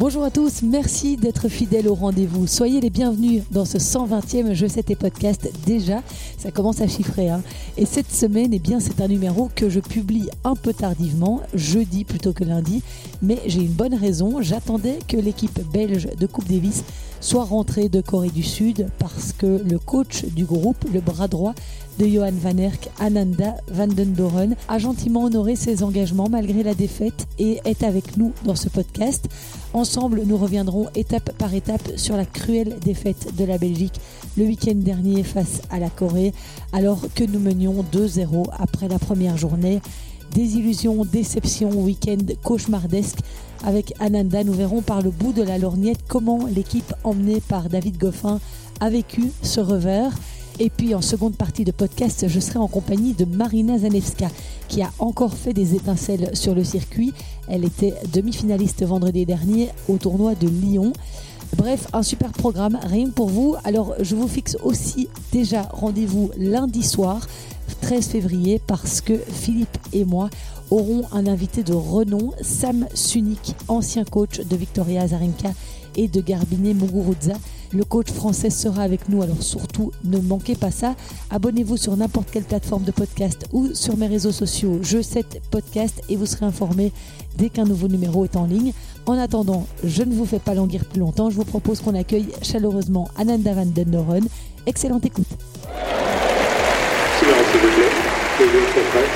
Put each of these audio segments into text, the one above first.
Bonjour à tous, merci d'être fidèles au rendez-vous. Soyez les bienvenus dans ce 120e Je sais tes podcasts. Déjà, ça commence à chiffrer. Et cette semaine, c'est un numéro que je publie un peu tardivement, jeudi plutôt que lundi. Mais j'ai une bonne raison. J'attendais que l'équipe belge de Coupe Davis soit rentrée de Corée du Sud parce que le coach du groupe, le bras droit de Johan van Erck, Ananda van den Doren, a gentiment honoré ses engagements malgré la défaite et est avec nous dans ce podcast. Ensemble, nous reviendrons étape par étape sur la cruelle défaite de la Belgique le week-end dernier face à la Corée, alors que nous menions 2-0 après la première journée. Désillusion, déception, week-end cauchemardesque. Avec Ananda, nous verrons par le bout de la lorgnette comment l'équipe emmenée par David Goffin a vécu ce revers. Et puis en seconde partie de podcast, je serai en compagnie de Marina Zanevska qui a encore fait des étincelles sur le circuit. Elle était demi-finaliste vendredi dernier au tournoi de Lyon. Bref, un super programme, rien que pour vous. Alors je vous fixe aussi déjà rendez-vous lundi soir, 13 février, parce que Philippe et moi aurons un invité de renom, Sam Sunik, ancien coach de Victoria Azarenka et de Garbiñe Muguruza. Le coach français sera avec nous, alors surtout ne manquez pas ça. Abonnez-vous sur n'importe quelle plateforme de podcast ou sur mes réseaux sociaux Je sais podcast et vous serez informés dès qu'un nouveau numéro est en ligne. En attendant, je ne vous fais pas languir plus longtemps, je vous propose qu'on accueille chaleureusement Ananda van den Doren. Excellente écoute. Silence s'il vous plaît, les joueurs sont prêts.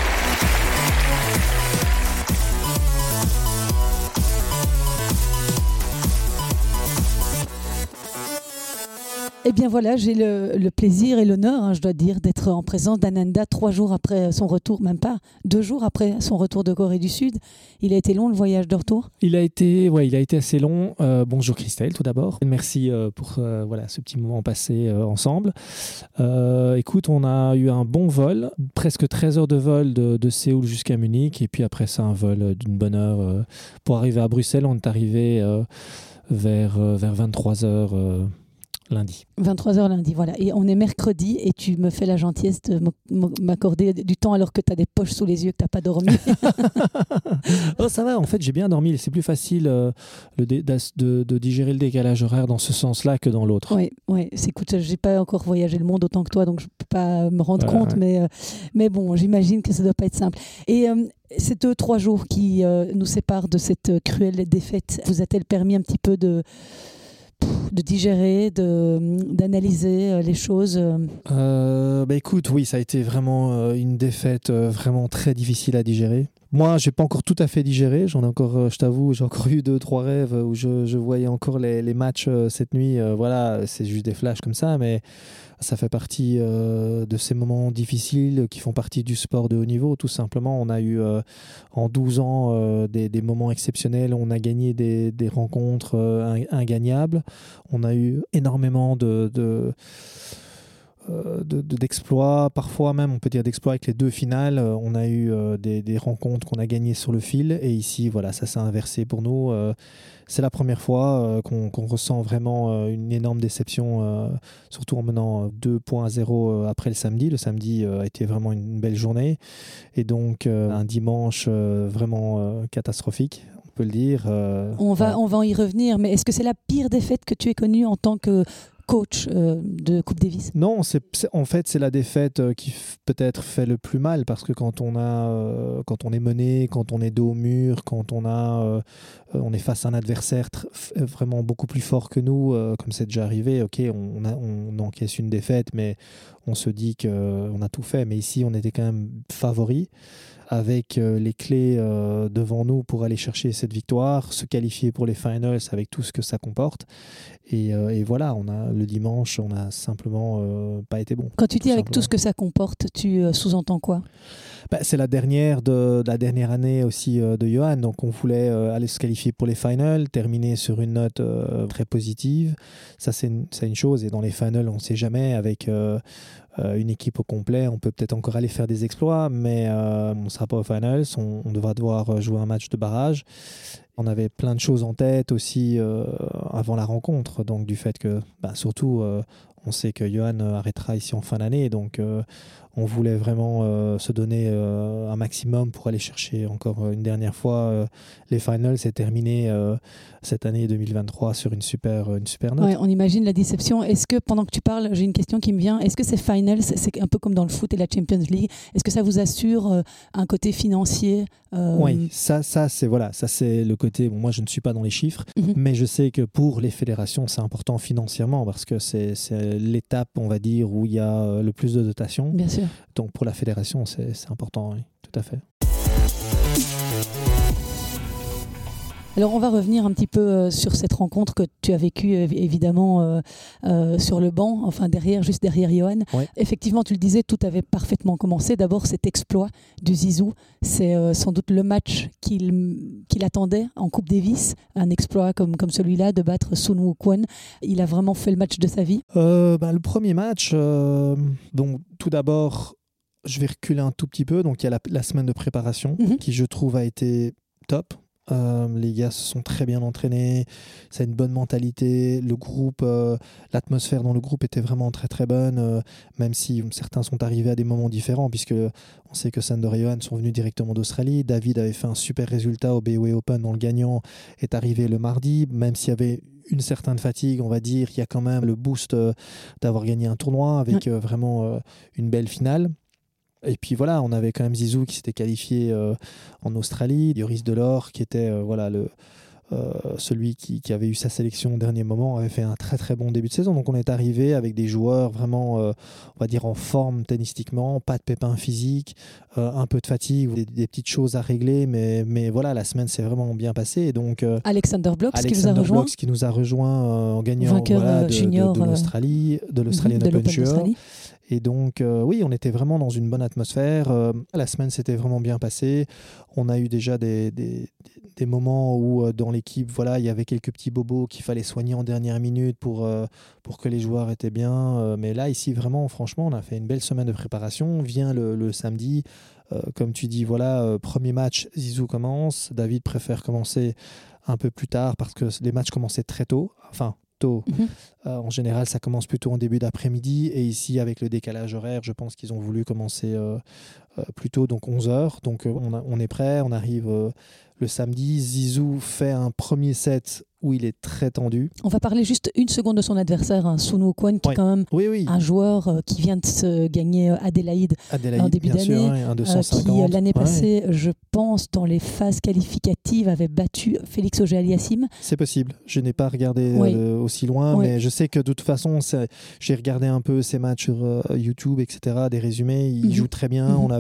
Eh bien voilà, j'ai le plaisir et l'honneur, je dois dire, d'être en présence d'Ananda 3 jours après son retour, même pas, 2 jours après son retour de Corée du Sud. Il a été long le voyage de retour ? Il a été assez long. Bonjour Christelle tout d'abord. Merci pour ce petit moment passé ensemble. Écoute, on a eu un bon vol, presque 13 heures de vol de Séoul jusqu'à Munich et puis après ça un vol d'une bonne heure. Pour arriver à Bruxelles, on est arrivé vers 23h. Lundi. 23h lundi, voilà. Et on est mercredi et tu me fais la gentillesse de m'accorder du temps alors que tu as des poches sous les yeux, que tu n'as pas dormi. Oh, ça va, en fait, j'ai bien dormi. C'est plus facile de digérer le décalage horaire dans ce sens-là que dans l'autre. Oui. Écoute, je n'ai pas encore voyagé le monde autant que toi, donc je ne peux pas me rendre compte. Ouais. Mais bon, j'imagine que ça ne doit pas être simple. Et ces 2-3 jours qui nous séparent de cette cruelle défaite, vous a-t-elle permis un petit peu de digérer, d'analyser les choses? Écoute, oui, ça a été vraiment une défaite vraiment très difficile à digérer. Moi, j'ai pas encore tout à fait digéré. J'en ai encore, je t'avoue, j'ai encore eu 2-3 rêves où je voyais encore les matchs cette nuit. C'est juste des flashs comme ça, mais ça fait partie de ces moments difficiles qui font partie du sport de haut niveau. Tout simplement, on a eu en 12 ans des moments exceptionnels. On a gagné des rencontres ingagnables. On a eu énormément d'exploits, parfois même on peut dire d'exploits avec les 2 finales. On a eu des rencontres qu'on a gagnées sur le fil et ici ça s'est inversé pour nous. C'est la première fois qu'on ressent vraiment une énorme déception, surtout en menant 2-0 après le samedi. Le samedi a été vraiment une belle journée et donc un dimanche vraiment catastrophique, on peut le dire. On va en y revenir, mais est-ce que c'est la pire défaite que tu aies connue en tant que coach de Coupe Davis? Non, en fait c'est la défaite qui peut-être fait le plus mal parce que quand on est mené, quand on est dos au mur, quand on est face à un adversaire vraiment beaucoup plus fort que nous, comme c'est déjà arrivé, on encaisse une défaite, mais on se dit qu'on a tout fait. Mais ici, on était quand même favoris, avec les clés devant nous pour aller chercher cette victoire, se qualifier pour les finals avec tout ce que ça comporte. Et voilà, le dimanche, on n'a simplement pas été bon. Quand tu dis avec tout ce que ça comporte, tu sous-entends quoi ? C'est la dernière année aussi de Johan, donc on voulait aller se qualifier pour les finals, terminer sur une note très positive. Ça c'est une chose, et dans les finals on ne sait jamais, avec une équipe au complet, on peut peut-être encore aller faire des exploits, mais on ne sera pas aux finals, on devra devoir jouer un match de barrage. On avait plein de choses en tête aussi avant la rencontre, donc du fait que surtout on sait que Johan arrêtera ici en fin d'année, donc On voulait vraiment se donner un maximum pour aller chercher encore une dernière fois les finals et terminer cette année 2023 sur une super note. Ouais, on imagine la déception. Est-ce que, pendant que tu parles, j'ai une question qui me vient, est-ce que ces finals, c'est un peu comme dans le foot et la Champions League, est-ce que ça vous assure un côté financier Oui, ça c'est le côté, bon, moi je ne suis pas dans les chiffres, mais je sais que pour les fédérations c'est important financièrement parce que c'est l'étape, on va dire, où il y a le plus de dotation. Bien sûr. Donc pour la fédération c'est important, oui, tout à fait. Alors on va revenir un petit peu sur cette rencontre que tu as vécue évidemment sur le banc, enfin juste derrière Johan. Ouais. Effectivement, tu le disais, tout avait parfaitement commencé. D'abord cet exploit du Zizou, c'est sans doute le match qu'il attendait en Coupe Davis, un exploit comme celui-là, de battre Sun Woo-kwon. Il a vraiment fait le match de sa vie. Le premier match, donc tout d'abord, je vais reculer un tout petit peu. Donc il y a la semaine de préparation qui, je trouve, a été top. Les gars se sont très bien entraînés, ça a une bonne mentalité, le groupe, l'atmosphère dans le groupe était vraiment très très bonne, même si certains sont arrivés à des moments différents, puisque on sait que Sander et Johan sont venus directement d'Australie. David avait fait un super résultat au BOE Open, dont le gagnant est arrivé le mardi, même s'il y avait une certaine fatigue, on va dire, il y a quand même le boost d'avoir gagné un tournoi avec vraiment une belle finale. Et puis voilà, on avait quand même Zizou qui s'était qualifié en Australie, Yoris Delors qui était celui qui avait eu sa sélection au dernier moment, avait fait un très très bon début de saison. Donc on est arrivé avec des joueurs vraiment, on va dire, en forme tennistiquement, pas de pépins physiques, un peu de fatigue, des petites choses à régler, mais voilà, la semaine s'est vraiment bien passée. Et donc, Alexander Blocks qui nous a rejoint en gagnant junior, de l'Australie, de l'Australian Open Junior. Et donc, oui, on était vraiment dans une bonne atmosphère. La semaine s'était vraiment bien passée. On a eu déjà des moments où, dans l'équipe, voilà, il y avait quelques petits bobos qu'il fallait soigner en dernière minute pour que les joueurs étaient bien. Mais là, ici, vraiment, franchement, on a fait une belle semaine de préparation. Vient le samedi. Comme tu dis, voilà, premier match, Zizou commence. David préfère commencer un peu plus tard parce que les matchs commençaient très tôt. Enfin, tôt. En général, ça commence plutôt en début d'après-midi. Et ici, avec le décalage horaire, je pense qu'ils ont voulu commencer plus tôt, donc 11h. Donc, on est prêt. On arrive le samedi. Zizou fait un premier set où il est très tendu. On va parler juste une seconde de son adversaire, Sun Woo-kwon, qui est quand même un joueur qui vient de se gagner Adélaïde en début d'année, un 250. Qui l'année passée, je pense, dans les phases qualificatives, avait battu Félix Auger-Aliassime. C'est possible. Je n'ai pas regardé aussi loin, mais je sais que de toute façon, j'ai regardé un peu ses matchs sur YouTube, etc., des résumés. Il joue très bien. On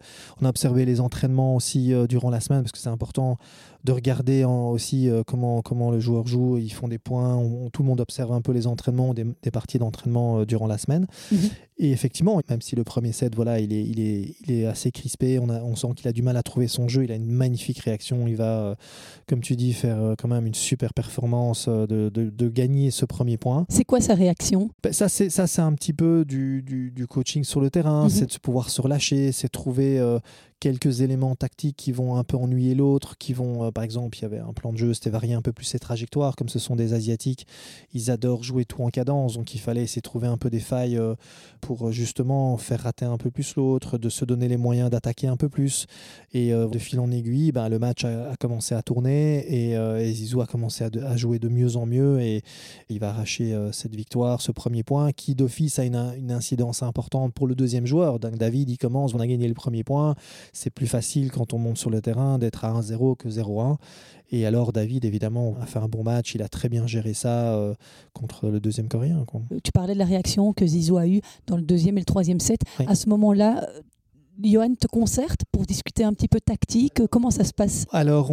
a observé les entraînements aussi durant la semaine, parce que c'est important de regarder aussi comment le joueur joue. Ils font des points, tout le monde observe un peu les entraînements, des parties d'entraînement durant la semaine. Et effectivement, même si le premier set, voilà, il est assez crispé, on sent qu'il a du mal à trouver son jeu, il a une magnifique réaction, il va, comme tu dis, faire quand même une super performance de gagner ce premier point. C'est quoi sa réaction ? Ça, c'est un petit peu du coaching sur le terrain, c'est de pouvoir se relâcher, c'est trouver quelques éléments tactiques qui vont un peu ennuyer l'autre, qui vont, par exemple, il y avait un plan de jeu, c'était varier un peu plus ses trajectoires, comme ce sont des Asiatiques, ils adorent jouer tout en cadence, donc il fallait essayer de trouver un peu des failles pour justement faire rater un peu plus l'autre, de se donner les moyens d'attaquer un peu plus. Et de fil en aiguille, le match a commencé à tourner et Zizou a commencé à jouer de mieux en mieux et il va arracher cette victoire, ce premier point, qui d'office a une incidence importante pour le deuxième joueur. Donc David, il commence, on a gagné le premier point. C'est plus facile quand on monte sur le terrain d'être à 1-0 que 0-1. Et alors David, évidemment, a fait un bon match. Il a très bien géré ça contre le deuxième Coréen, quoi. Tu parlais de la réaction que Zizou a eue dans le deuxième et le troisième set. Oui. À ce moment-là, Johan te concerte pour discuter un petit peu tactique. Comment ça se passe ? Alors,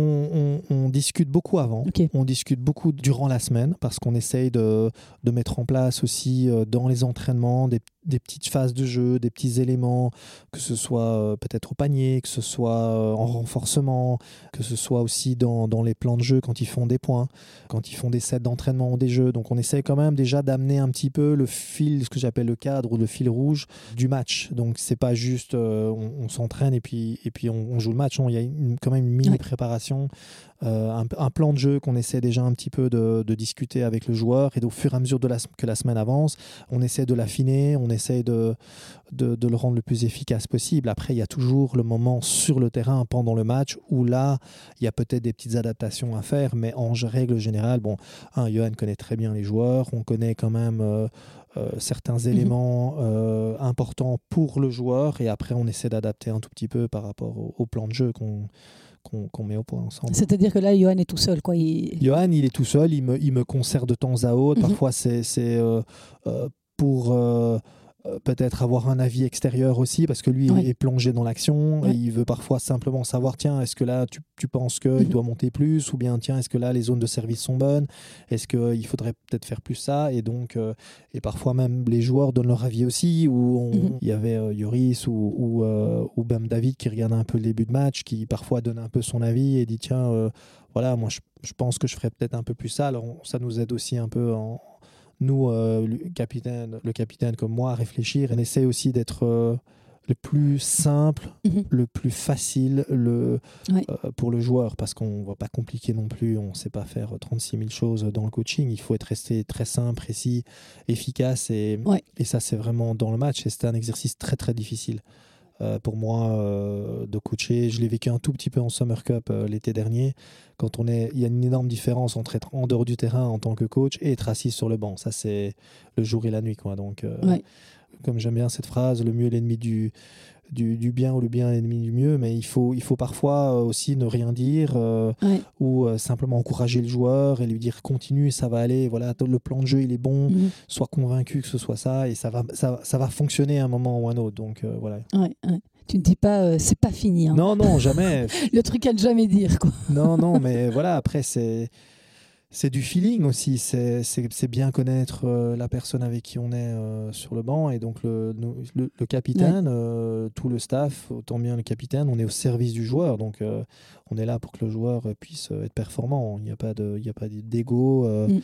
on discute beaucoup avant. Okay. On discute beaucoup durant la semaine parce qu'on essaye de mettre en place aussi dans les entraînements des petites phases de jeu, des petits éléments, que ce soit peut-être au panier, que ce soit en renforcement, que ce soit aussi dans les plans de jeu quand ils font des points, quand ils font des sets d'entraînement ou des jeux. Donc on essaie quand même déjà d'amener un petit peu le fil, ce que j'appelle le cadre ou le fil rouge du match. Donc c'est pas juste on s'entraîne et puis on joue le match. Non, il y a quand même une mini-préparation, un plan de jeu qu'on essaie déjà un petit peu de discuter avec le joueur, et au fur et à mesure que la semaine avance, on essaie de l'affiner, on essaie de le rendre le plus efficace possible. Après, il y a toujours le moment sur le terrain pendant le match où là, il y a peut-être des petites adaptations à faire, mais en règle générale, Johan connaît très bien les joueurs, on connaît quand même certains éléments importants pour le joueur, et après on essaie d'adapter un tout petit peu par rapport au plan de jeu qu'on met au point ensemble. C'est-à-dire que là, Johan est tout seul, quoi. Johan, il est tout seul, il me concert de temps à autre. Parfois, c'est pour peut-être avoir un avis extérieur aussi, parce que lui est plongé dans l'action, et il veut parfois simplement savoir, tiens, est-ce que là, tu penses qu'il doit monter plus, ou bien, tiens, est-ce que là, les zones de service sont bonnes, est-ce qu'il faudrait peut-être faire plus ça, et donc, et parfois même, les joueurs donnent leur avis aussi, il y avait Yoris ou même David qui regardait un peu le début de match, qui parfois donne un peu son avis et dit, tiens, voilà, moi, je pense que je ferais peut-être un peu plus ça. Alors, ça nous aide aussi un peu nous, le capitaine comme moi, à réfléchir. On essaie aussi d'être le plus simple, le plus facile pour le joueur, parce qu'on ne va pas compliquer non plus, on ne sait pas faire 36 000 choses dans le coaching. Il faut resté très simple, précis, efficace, et ça, c'est vraiment dans le match, et c'était un exercice très très difficile. Pour moi, de coacher. Je l'ai vécu un tout petit peu en Summer Cup l'été dernier. Il y a une énorme différence entre être en dehors du terrain en tant que coach et être assis sur le banc. Ça, c'est le jour et la nuit, quoi. Donc, comme j'aime bien cette phrase, le mieux est l'ennemi du bien, ou le bien est l'ennemi du mieux, mais il faut parfois aussi ne rien dire, ou simplement encourager le joueur et lui dire continue, ça va aller, voilà, le plan de jeu il est bon, sois convaincu que ce soit ça, et ça va fonctionner à un moment ou à un autre. Donc voilà. Tu ne dis pas c'est pas fini. Hein. Non, jamais. Le truc à ne jamais dire, quoi. Non, mais voilà, après c'est du feeling aussi, c'est bien connaître la personne avec qui on est sur le banc, et donc le capitaine, tout le staff, autant bien le capitaine, on est au service du joueur, donc on est là pour que le joueur puisse être performant. Il n'y a pas d'ego,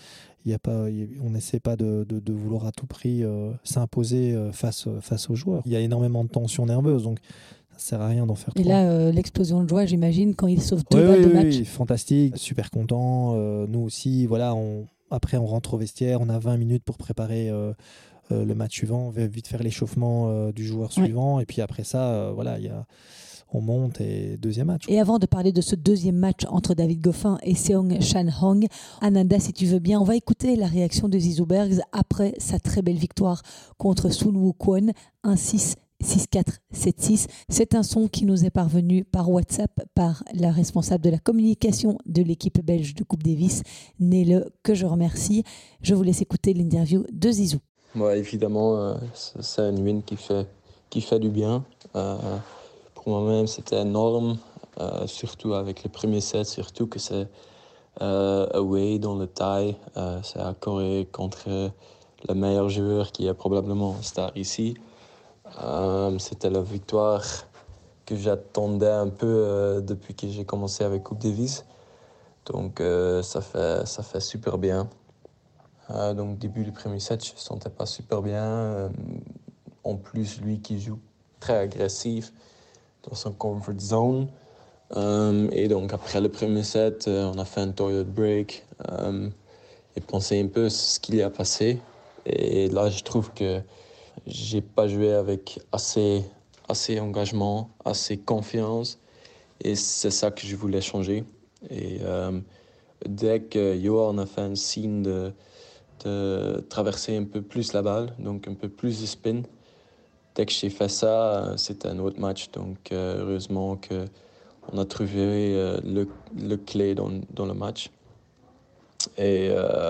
on n'essaie pas de vouloir à tout prix s'imposer face aux joueurs. Il y a énormément de tension nerveuse, donc ça sert à rien d'en faire trop. Et là, l'explosion de joie, j'imagine, quand il sauve 2 balles de match. Oui, fantastique, super content. Nous aussi, voilà, après on rentre au vestiaire, on a 20 minutes pour préparer le match suivant, on va vite faire l'échauffement du joueur suivant, et puis après ça, on monte, et deuxième match. Et avant de parler de ce deuxième match entre David Goffin et Seong Chan Hong, Ananda, si tu veux bien, on va écouter la réaction de Zizou Bergs après sa très belle victoire contre Sun Woo Kwon, 1-6. 6-4, 7-6. C'est un son qui nous est parvenu par WhatsApp par la responsable de la communication de l'équipe belge de Coupe Davis, Nele, que je remercie. Je vous laisse écouter l'interview de Zizou. Évidemment, c'est une win qui fait du bien. Pour moi-même, c'était énorme, surtout avec le premier set, surtout que c'est away dans le tie. C'est à Corée contre le meilleur joueur qui est probablement star ici. C'était la victoire que j'attendais un peu depuis que j'ai commencé avec Coupe Davis. Donc ça fait super bien. Donc début du premier set, je ne sentais pas super bien. En plus, lui qui joue très agressif dans son comfort zone. Et donc après le premier set, on a fait un toilet break et pensé un peu ce qu'il y a passé. Et là, je trouve que j'ai pas joué avec assez engagement, assez confiance, et c'est ça que je voulais changer. Et dès que Johan a fait un signe de traverser un peu plus la balle, donc un peu plus de spin, dès que j'ai fait ça, c'était un autre match. Donc heureusement qu'on a trouvé le clé dans le match. Et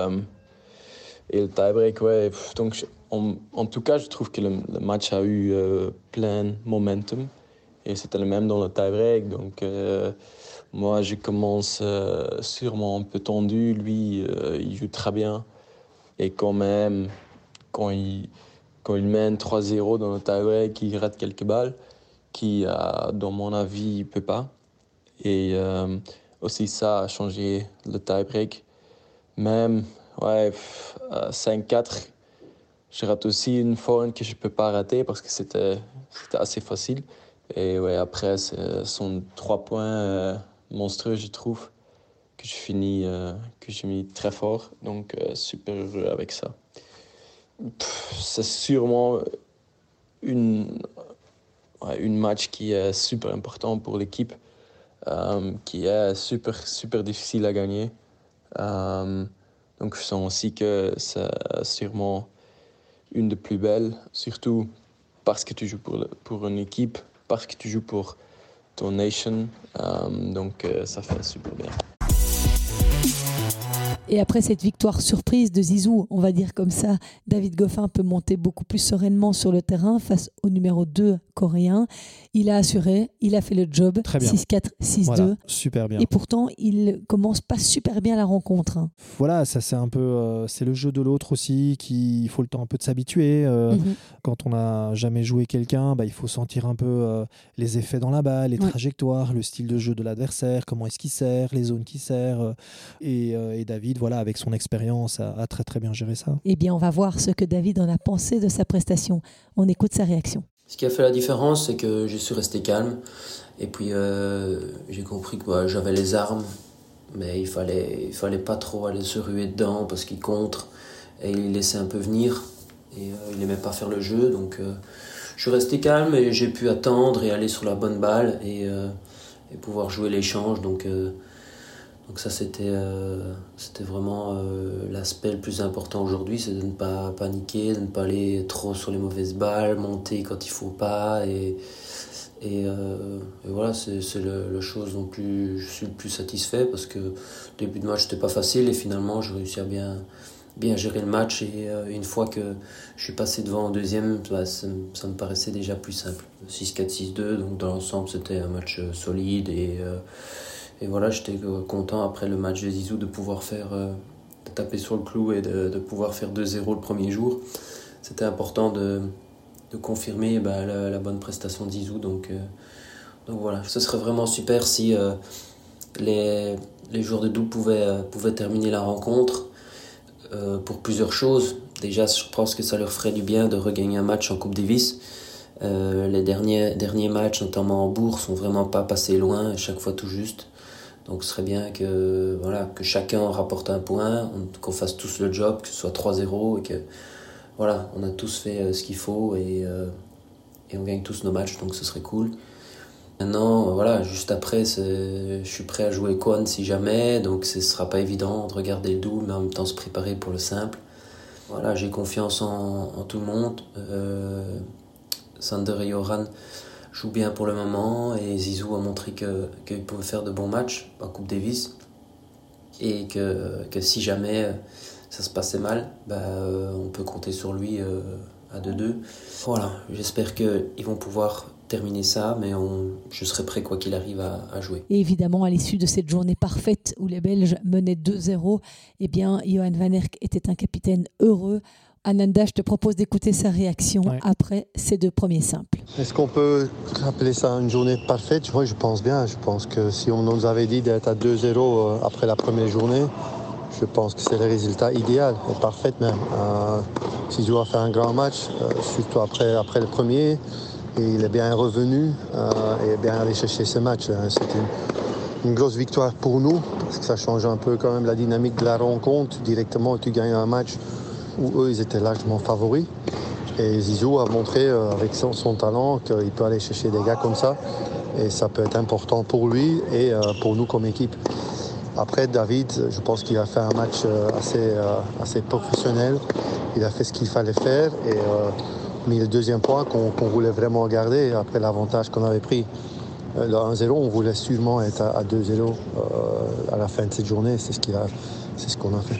le tie-break, donc en tout cas, je trouve que le match a eu plein momentum, et c'était le même dans le tie-break. Donc moi, je commence sûrement un peu tendu. Lui, il joue très bien, et quand même, quand il mène 3-0 dans le tie-break, il rate quelques balles qui, dans mon avis, il peut pas. Et aussi ça a changé le tie-break. Même 5-4, je rate aussi une forehand que je ne peux pas rater parce que c'était assez facile. Et ouais, après, ce sont 3 points monstrueux, je trouve, que j'ai mis très fort. Donc, super heureux avec ça. C'est sûrement une match qui est super important pour l'équipe, qui est super, super difficile à gagner. Donc, je sens aussi que c'est sûrement une des plus belles, surtout parce que tu joues pour une équipe, parce que tu joues pour ton nation. Donc, ça fait super bien. Et après cette victoire surprise de Zizou, on va dire comme ça, David Goffin peut monter beaucoup plus sereinement sur le terrain face au numéro 2 coréen. Il a assuré, il a fait le job. Très bien. 6-4, 6-2. Voilà, super bien. Et pourtant, il commence pas super bien la rencontre. Voilà, ça c'est un peu, c'est le jeu de l'autre aussi, il faut le temps un peu de s'habituer. Quand on n'a jamais joué quelqu'un, il faut sentir un peu les effets dans la balle, les trajectoires, le style de jeu de l'adversaire, comment est-ce qu'il sert, les zones qu'il sert. Et David, voilà, avec son expérience, a très très bien géré ça. Eh bien, on va voir ce que David en a pensé de sa prestation. On écoute sa réaction. Ce qui a fait la différence, c'est que je suis resté calme. Et puis, j'ai compris que j'avais les armes, mais il fallait pas trop aller se ruer dedans parce qu'il contre et il laissait un peu venir. Et il n'aimait pas faire le jeu. Donc, je suis resté calme et j'ai pu attendre et aller sur la bonne balle et pouvoir jouer l'échange. Donc ça, c'était vraiment l'aspect le plus important aujourd'hui, c'est de ne pas paniquer, de ne pas aller trop sur les mauvaises balles, monter quand il ne faut pas. Et voilà, c'est la chose dont je suis le plus satisfait parce que le début de match, c'était pas facile et finalement, j'ai réussi à bien gérer le match. Et une fois que je suis passé devant en deuxième, ça me paraissait déjà plus simple. 6-4, 6-2, donc dans l'ensemble, c'était un match solide et voilà, j'étais content après le match de Zizou de pouvoir de taper sur le clou et de pouvoir faire 2-0 le premier jour. C'était important de confirmer la bonne prestation de Zizou. Donc voilà, ce serait vraiment super si les joueurs de double pouvaient terminer la rencontre pour plusieurs choses. Déjà, je pense que ça leur ferait du bien de regagner un match en Coupe Davis. Les derniers matchs, notamment en Bourg, sont vraiment pas passés loin, à chaque fois tout juste. Donc ce serait bien que chacun rapporte un point, qu'on fasse tous le job, que ce soit 3-0 et que voilà, on a tous fait ce qu'il faut et on gagne tous nos matchs, donc ce serait cool. Maintenant, voilà, juste après, je suis prêt à jouer Kwon si jamais, donc ce sera pas évident de regarder le double, mais en même temps se préparer pour le simple. Voilà, j'ai confiance en tout le monde. Sander et Joran joue bien pour le moment et Zizou a montré qu'il pouvait faire de bons matchs en Coupe Davis et que si jamais ça se passait mal, on peut compter sur lui à 2-2. Voilà, j'espère qu'ils vont pouvoir terminer ça, mais je serai prêt quoi qu'il arrive à jouer. Et évidemment, à l'issue de cette journée parfaite où les Belges menaient 2-0, eh bien, Johan Van Herk était un capitaine heureux. Ananda, je te propose d'écouter sa réaction après ces 2 premiers simples. Est-ce qu'on peut appeler ça une journée parfaite ? Oui, je pense bien. Je pense que si on nous avait dit d'être à 2-0 après la première journée, je pense que c'est le résultat idéal, et parfait même. Zizou a fait un grand match, surtout après le premier, et il est bien revenu et bien allé chercher ce match. C'est une grosse victoire pour nous, parce que ça change un peu quand même la dynamique de la rencontre. Directement, tu gagnes un match où eux, ils étaient largement favoris. Et Zizou a montré avec son talent qu'il peut aller chercher des gars comme ça. Et ça peut être important pour lui et pour nous comme équipe. Après, David, je pense qu'il a fait un match assez professionnel. Il a fait ce qu'il fallait faire et mis le deuxième point qu'on voulait vraiment garder après l'avantage qu'on avait pris. Le 1-0, on voulait sûrement être à 2-0 à la fin de cette journée. C'est ce qu'on a fait.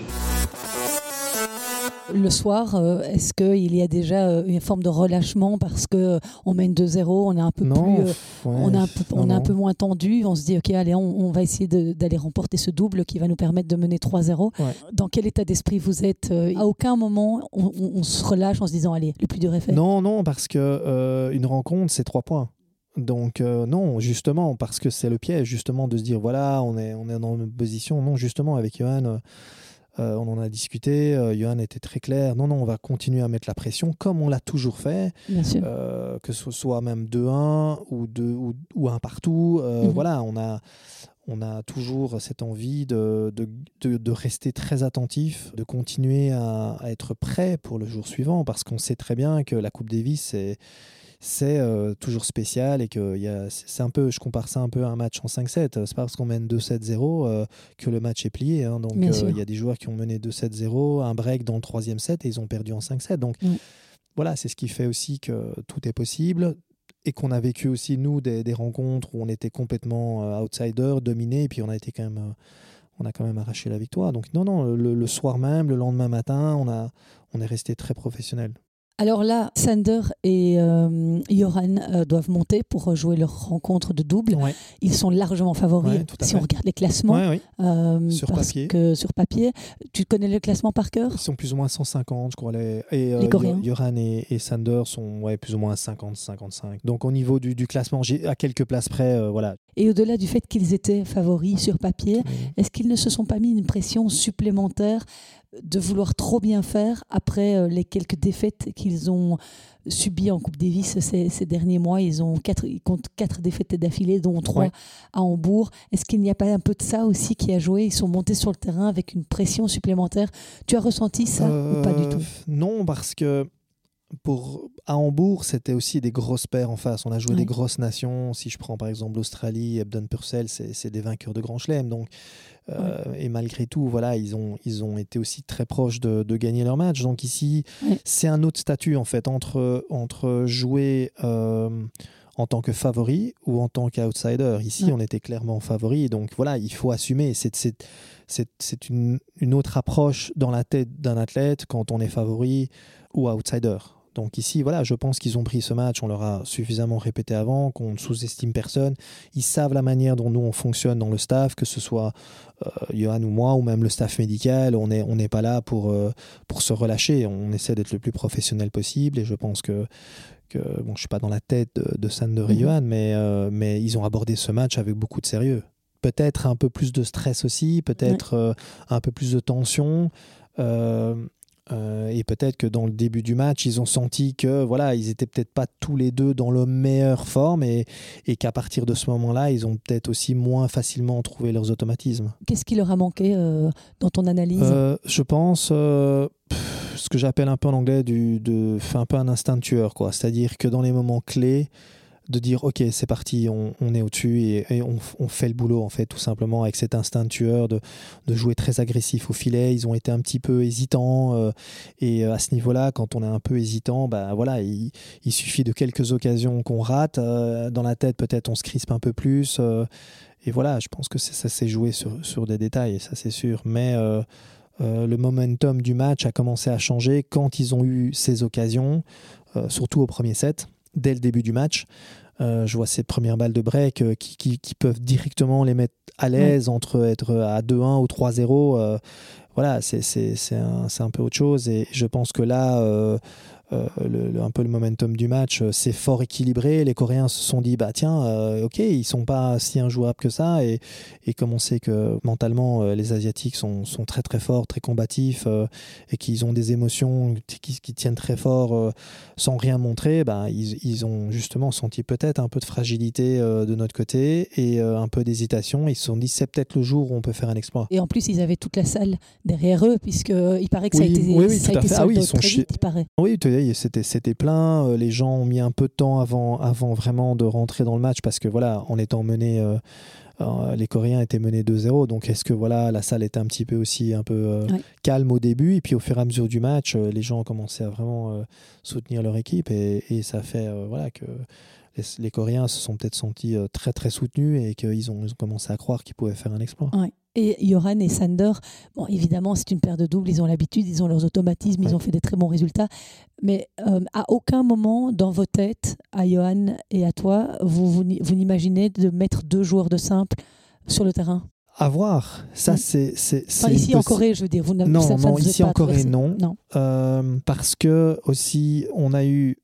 Le soir, est-ce qu'il y a déjà une forme de relâchement parce qu'on mène 2-0, on est un peu un peu moins tendu, on se dit ok, allez, on va essayer d'aller remporter ce double qui va nous permettre de mener 3-0. Ouais. Dans quel état d'esprit vous êtes ? À aucun moment on se relâche en se disant allez, le plus dur est fait. Non, parce que une rencontre c'est 3 points. Donc non, justement, parce que c'est le piège justement de se dire voilà, on est dans une position. Non, justement, avec Johan, On en a discuté. Johan était très clair. Non, on va continuer à mettre la pression comme on l'a toujours fait. Bien sûr. Que ce soit même 2-1 ou 1 partout. Voilà, on a toujours cette envie de rester très attentif, de continuer à être prêt pour le jour suivant, parce qu'on sait très bien que la Coupe Davis, c'est toujours spécial et que c'est un peu, je compare ça un peu à un match en 5-7. C'est pas parce qu'on mène 2-7-0 que le match est plié. Hein. Donc il y a des joueurs qui ont mené 2-7-0, un break dans le 3e set et ils ont perdu en 5-7. Donc voilà, c'est ce qui fait aussi que tout est possible. Et qu'on a vécu aussi, nous, des rencontres où on était complètement outsider, dominé, et puis on a quand même arraché la victoire. Donc non, le soir même, le lendemain matin, on est resté très professionnel. Alors là, Sander et Joran doivent monter pour jouer leur rencontre de double. Ouais. Ils sont largement favoris si on regarde les classements. Sur papier. Sur papier. Tu connais le classement par cœur ? Ils sont plus ou moins 150, je crois. Les Coréens. Joran et Sander sont plus ou moins 50-55. Donc au niveau du classement, à quelques places près, voilà. Et au-delà du fait qu'ils étaient favoris sur papier, est-ce qu'ils ne se sont pas mis une pression supplémentaire de vouloir trop bien faire après les quelques défaites qu'ils ont subies en Coupe Davis ces derniers mois? Ils comptent 4 défaites d'affilée, dont 3 à Hambourg. Est-ce qu'il n'y a pas un peu de ça aussi qui a joué? Ils sont montés sur le terrain avec une pression supplémentaire. Tu as ressenti ça ou pas du tout? Non, parce que à Hambourg, c'était aussi des grosses paires en face. On a joué des grosses nations. Si je prends par exemple l'Australie, Ebden Purcell, c'est des vainqueurs de Grand Chelem. Donc, et malgré tout, voilà, ils ont été aussi très proches de gagner leur match. Donc ici, c'est un autre statut en fait entre jouer en tant que favori ou en tant qu'outsider. Ici, on était clairement favori. Donc voilà, il faut assumer. C'est une autre approche dans la tête d'un athlète quand on est favori ou outsider. Donc ici, voilà, je pense qu'ils ont pris ce match, on leur a suffisamment répété avant, qu'on ne sous-estime personne. Ils savent la manière dont nous, on fonctionne dans le staff, que ce soit Johan ou moi, ou même le staff médical. On n'est pas là pour se relâcher. On essaie d'être le plus professionnel possible. Et je pense que je ne suis pas dans la tête de Sander et Johan, mais ils ont abordé ce match avec beaucoup de sérieux. Peut-être un peu plus de stress aussi, peut-être un peu plus de tension. Et peut-être que dans le début du match, ils ont senti que voilà, ils étaient peut-être pas tous les deux dans leur meilleure forme et qu'à partir de ce moment-là, ils ont peut-être aussi moins facilement trouvé leurs automatismes. Qu'est-ce qui leur a manqué dans ton analyse? Je pense ce que j'appelle un peu en anglais un peu un instinct de tueur, quoi. C'est-à-dire que dans les moments clés, de dire ok, c'est parti, on est au-dessus et on fait le boulot en fait, tout simplement, avec cet instinct de tueur de jouer très agressif au filet. Ils ont été un petit peu hésitants et à ce niveau-là, quand on est un peu hésitant, voilà, il suffit de quelques occasions qu'on rate, dans la tête peut-être on se crispe un peu plus et voilà, je pense que ça s'est joué sur des détails, ça c'est sûr, mais le momentum du match a commencé à changer quand ils ont eu ces occasions, surtout au premier set. Dès le début du match, je vois ces premières balles de break qui peuvent directement les mettre à l'aise entre être à 2-1 ou 3-0. Voilà, c'est un peu autre chose. Et je pense que là, un peu le momentum du match, c'est fort équilibré. Les Coréens se sont dit, ok, ils sont pas si injouables que ça. Et comme on sait que mentalement, les Asiatiques sont très très forts, très combatifs, et qu'ils ont des émotions qui tiennent très fort sans rien montrer, ils ont justement senti peut-être un peu de fragilité de notre côté et un peu d'hésitation. Ils se sont dit, c'est peut-être le jour où on peut faire un exploit. Et en plus, ils avaient toute la salle derrière eux, puisqu'il paraît que ça a été sold out très vite, il paraît. Oui, c'était plein. Les gens ont mis un peu de temps avant vraiment de rentrer dans le match parce que voilà, en étant menés, les Coréens étaient menés 2-0. Donc est-ce que voilà, la salle était un petit peu aussi calme au début et puis au fur et à mesure du match, les gens ont commencé à vraiment soutenir leur équipe et ça fait voilà que les Coréens se sont peut-être sentis très très soutenus et qu'ils ont commencé à croire qu'ils pouvaient faire un exploit. Ouais. Et Joran et Sander, bon, évidemment, c'est une paire de doubles, ils ont l'habitude, ils ont leurs automatismes, ils ont fait des très bons résultats. Mais à aucun moment dans vos têtes, à Johan et à toi, vous n'imaginez de mettre 2 joueurs de simple sur le terrain? À voir. Ça, c'est ici en Corée, je veux dire. Non, ici en Corée, non. Parce que aussi, on a eu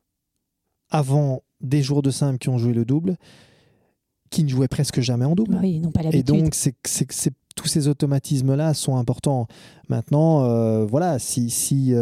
avant des joueurs de simple qui ont joué le double, qui ne jouaient presque jamais en double. Oui, ils n'ont pas l'habitude. Et donc, c'est tous ces automatismes-là sont importants. Maintenant, voilà, si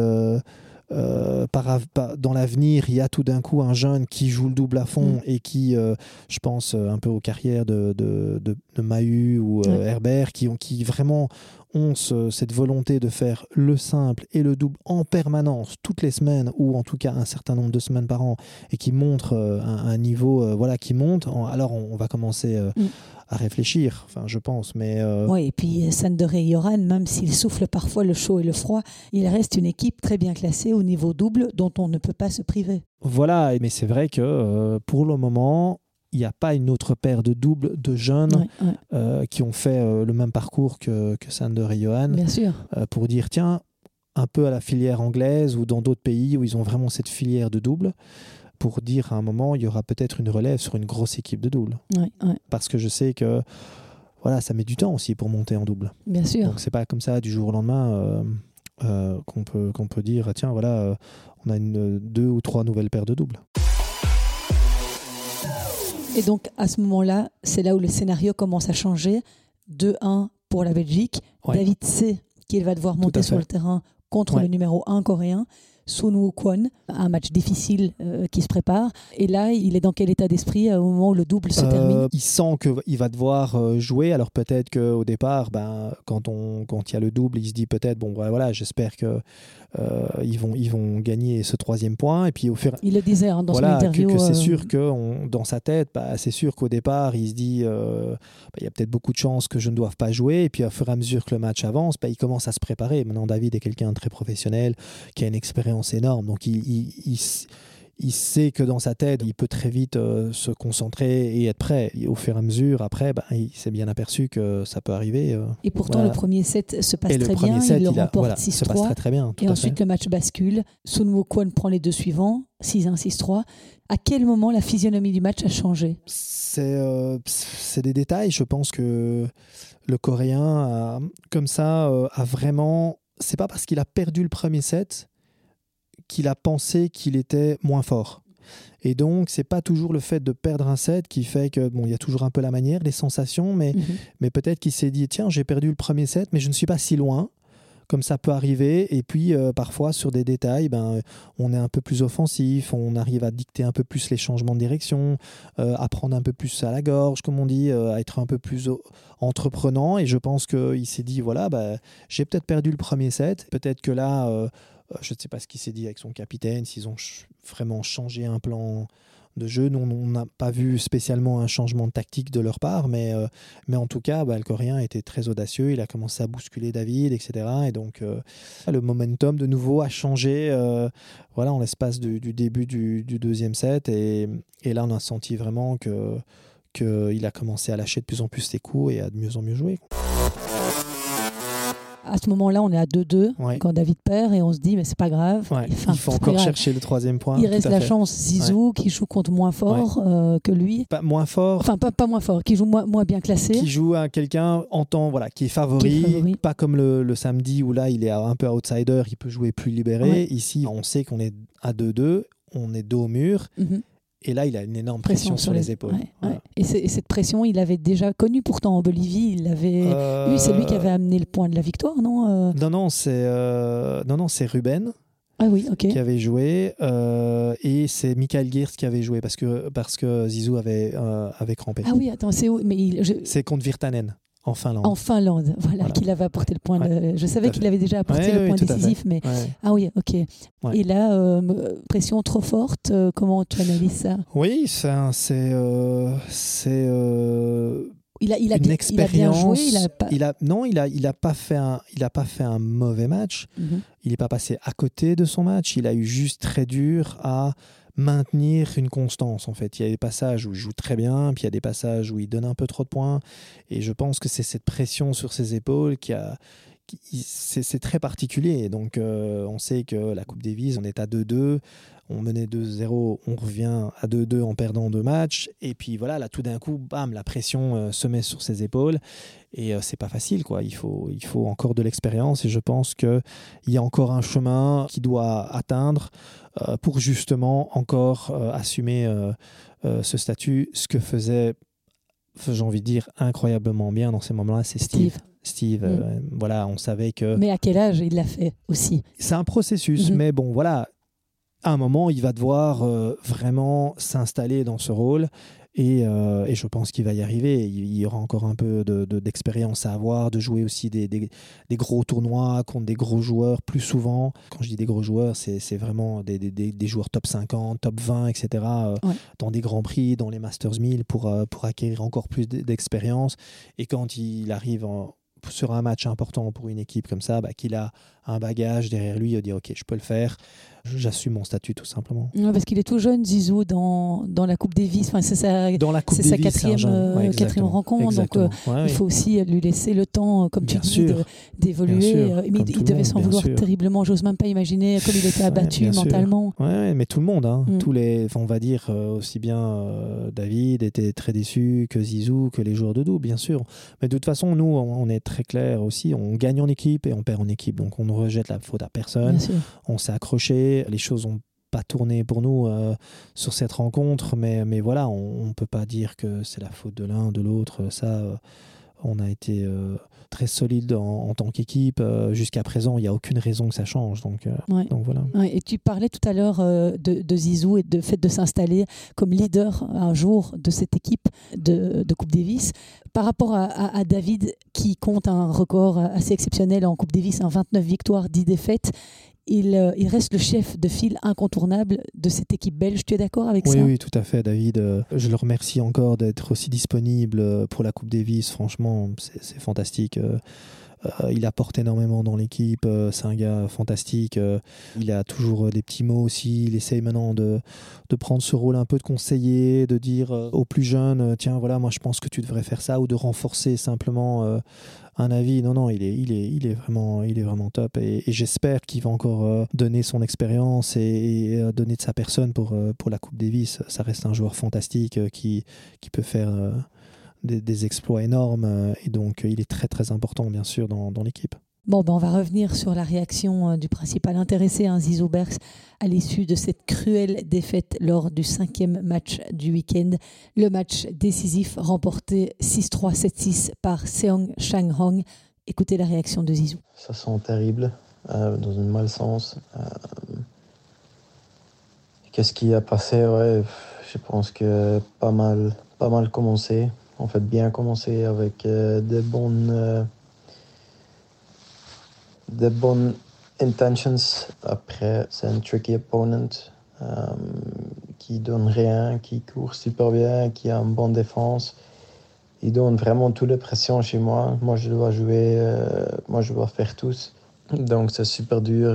dans l'avenir, il y a tout d'un coup un jeune qui joue le double à fond et qui, je pense un peu aux carrières de Mahut ou Herbert, qui vraiment ont cette volonté de faire le simple et le double en permanence, toutes les semaines, ou en tout cas un certain nombre de semaines par an, et qui montrent un niveau qui monte, alors on va commencer à réfléchir, enfin, je pense. Mais Oui, et puis Sander et Joran, même s'il souffle parfois le chaud et le froid, il reste une équipe très bien classée au niveau double dont on ne peut pas se priver. Voilà, mais c'est vrai que pour le moment, il n'y a pas une autre paire de doubles de jeunes qui ont fait le même parcours que Sander et Johan. Bien sûr. Pour dire, tiens, un peu à la filière anglaise ou dans d'autres pays où ils ont vraiment cette filière de double, pour dire à un moment, il y aura peut-être une relève sur une grosse équipe de double. Parce que je sais que voilà, ça met du temps aussi pour monter en double. Bien sûr. Donc c'est pas comme ça du jour au lendemain qu'on peut dire, tiens, voilà, on a 2 ou 3 nouvelles paires de doubles. Et donc, à ce moment-là, c'est là où le scénario commence à changer. 2-1 pour la Belgique. David sait qu'il va devoir monter sur le terrain contre le numéro 1 coréen, Sun Woo-kwon. Un match difficile qui se prépare. Et là, il est dans quel état d'esprit au moment où le double se termine ? Il sent qu'il va devoir jouer. Alors peut-être qu'au départ, quand il y a le double, il se dit peut-être, voilà, j'espère que ils vont gagner ce 3e point. Et puis il le disait dans son interview. Que c'est sûr que dans sa tête, c'est sûr qu'au départ, il se dit il y a peut-être beaucoup de chances que je ne doive pas jouer. Et puis au fur et à mesure que le match avance, il commence à se préparer. Maintenant, David est quelqu'un de très professionnel, qui a une expérience énorme. Donc il sait que dans sa tête, il peut très vite se concentrer et être prêt. Et au fur et à mesure, après, il s'est bien aperçu que ça peut arriver. Et pourtant, le premier set se passe très bien. Set, il le remporte 6-3. Se passe très, très bien, et ensuite, le match bascule. Sun Woo-kwon prend les 2 suivants, 6-1, 6-3. À quel moment la physionomie du match a changé ? C'est des détails. Je pense que le Coréen, a vraiment... C'est pas parce qu'il a perdu le premier set qu'il a pensé qu'il était moins fort. Et donc, c'est pas toujours le fait de perdre un set qui fait que, il y a toujours un peu la manière, les sensations, mais peut-être qu'il s'est dit, tiens, j'ai perdu le premier set, mais je ne suis pas si loin, comme ça peut arriver. Et puis, parfois, sur des détails, on est un peu plus offensif, on arrive à dicter un peu plus les changements de direction, à prendre un peu plus à la gorge, comme on dit, à être un peu plus entreprenant. Et je pense qu'il s'est dit, voilà, j'ai peut-être perdu le premier set, peut-être que là... je ne sais pas ce qu'il s'est dit avec son capitaine, s'ils ont vraiment changé un plan de jeu. Nous, on n'a pas vu spécialement un changement de tactique de leur part, mais en tout cas, le Coréen était très audacieux. Il a commencé à bousculer David, etc. Et donc, le momentum, de nouveau, a changé en l'espace du début du 2e set. Et là, on a senti vraiment qu'il a commencé à lâcher de plus en plus ses coups et à de mieux en mieux jouer. À ce moment-là, on est à 2-2 quand David perd et on se dit, mais c'est pas grave. Il faut encore chercher le 3e point. Il reste la chance, Zizou, qui joue contre moins fort que lui. Pas moins fort. Enfin, pas moins fort, qui joue moins bien classé. Qui joue à quelqu'un qui est favori. Pas comme le samedi où là, il est un peu outsider, il peut jouer plus libéré. Ici, on sait qu'on est à 2-2, on est dos au mur. Et là, il a une énorme pression sur les épaules. Et cette pression, il l'avait déjà connue pourtant en Bolivie. Il l'avait eu. C'est lui qui avait amené le point de la victoire, non Non, c'est Ruben. Ah oui, ok. Qui avait joué et c'est Michael Geerts qui avait joué parce que Zizou avait crampé. Ah oui, attends, c'est où C'est contre Virtanen. En Finlande. En Finlande, voilà. Qu'il avait apporté le point. Je savais qu'il avait déjà apporté le point décisif, mais ah oui, ok. Et là, pression trop forte. Comment tu analyses ça ? Oui, il a une expérience. Il a pas fait un mauvais match. Il n'est pas passé à côté de son match. Il a eu juste très dur à maintenir une constance, en fait. Il y a des passages où il joue très bien, puis il y a des passages où il donne un peu trop de points. Et je pense que c'est cette pression sur ses épaules c'est très particulier. Donc, on sait que la Coupe Davis, on est à 2-2. On menait 2-0, on revient à 2-2 en perdant 2 matchs. Et puis voilà, là, tout d'un coup, bam, la pression se met sur ses épaules. Et c'est pas facile, quoi. Il faut encore de l'expérience. Et je pense qu'il y a encore un chemin qu'il doit atteindre pour justement encore assumer ce statut. Ce que faisait, j'ai envie de dire, incroyablement bien dans ces moments-là, c'est Steve. Steve. Voilà, on savait que... Mais à quel âge il l'a fait aussi? C'est un processus, mais bon, voilà. À un moment, il va devoir vraiment s'installer dans ce rôle et je pense qu'il va y arriver. Il y aura encore un peu d'expérience à avoir, de jouer aussi des gros tournois contre des gros joueurs plus souvent. Quand je dis des gros joueurs, c'est vraiment des joueurs top 50, top 20, etc. Dans des grands prix, dans les Masters 1000 pour acquérir encore plus d'expérience. Et quand il arrive sur un match important pour une équipe comme ça, qu'il a un bagage derrière lui, il dit ok, je peux le faire, j'assume mon statut tout simplement. Ouais, parce qu'il est tout jeune, Zizou, dans la Coupe Davis. Enfin, c'est sa quatrième rencontre. Exactement. Donc il faut aussi lui laisser le temps, comme bien tu dis, sûr, d'évoluer. Mais il devait s'en vouloir terriblement. J'ose même pas imaginer comme il était abattu mentalement. Ouais, mais tout le monde, on va dire aussi bien David était très déçu que Zizou, que les joueurs de double, bien sûr. Mais de toute façon, nous, on est très clair aussi. On gagne en équipe et on perd en équipe. Donc on ne rejette la faute à personne. On s'est accroché. Les choses ont pas tourné pour nous sur cette rencontre, mais voilà, on ne peut pas dire que c'est la faute de l'un, de l'autre. Ça, on a été très solide en tant qu'équipe. Jusqu'à présent, il n'y a aucune raison que ça change. Donc voilà. Ouais, et tu parlais tout à l'heure de Zizou et de fait de s'installer comme leader un jour de cette équipe de Coupe Davis. Par rapport à David, qui compte un record assez exceptionnel en Coupe Davis, 29 victoires, 10 défaites, il reste le chef de file incontournable de cette équipe belge. Tu es d'accord avec ça? Oui, tout à fait, David. Je le remercie encore d'être aussi disponible pour la Coupe Davis. Franchement, c'est fantastique. Il apporte énormément dans l'équipe. C'est un gars fantastique. Il a toujours des petits mots aussi. Il essaye maintenant de prendre ce rôle un peu de conseiller, de dire aux plus jeunes, tiens, voilà, moi je pense que tu devrais faire ça, ou de renforcer simplement un avis. Non, il est vraiment top. Et j'espère qu'il va encore donner son expérience et donner de sa personne pour la Coupe Davis. Ça reste un joueur fantastique qui peut faire... des exploits énormes et donc il est très très important bien sûr dans l'équipe. Bon, on va revenir sur la réaction du principal intéressé, Zizou Bergs, à l'issue de cette cruelle défaite lors du 5e match du week-end. Le match décisif remporté 6-3, 7-6 par Seong Chang-hong. Écoutez la réaction de Zizou. Ça sent terrible, dans un malsens. Qu'est-ce qui a passé? Je pense que pas mal commencé. En fait, bien commencé avec des bonnes intentions. Après, c'est un tricky opponent qui donne rien, qui court super bien, qui a une bonne défense. Il donne vraiment toute la pression chez moi. Moi, je dois jouer, moi, je dois faire tous. Donc, c'est super dur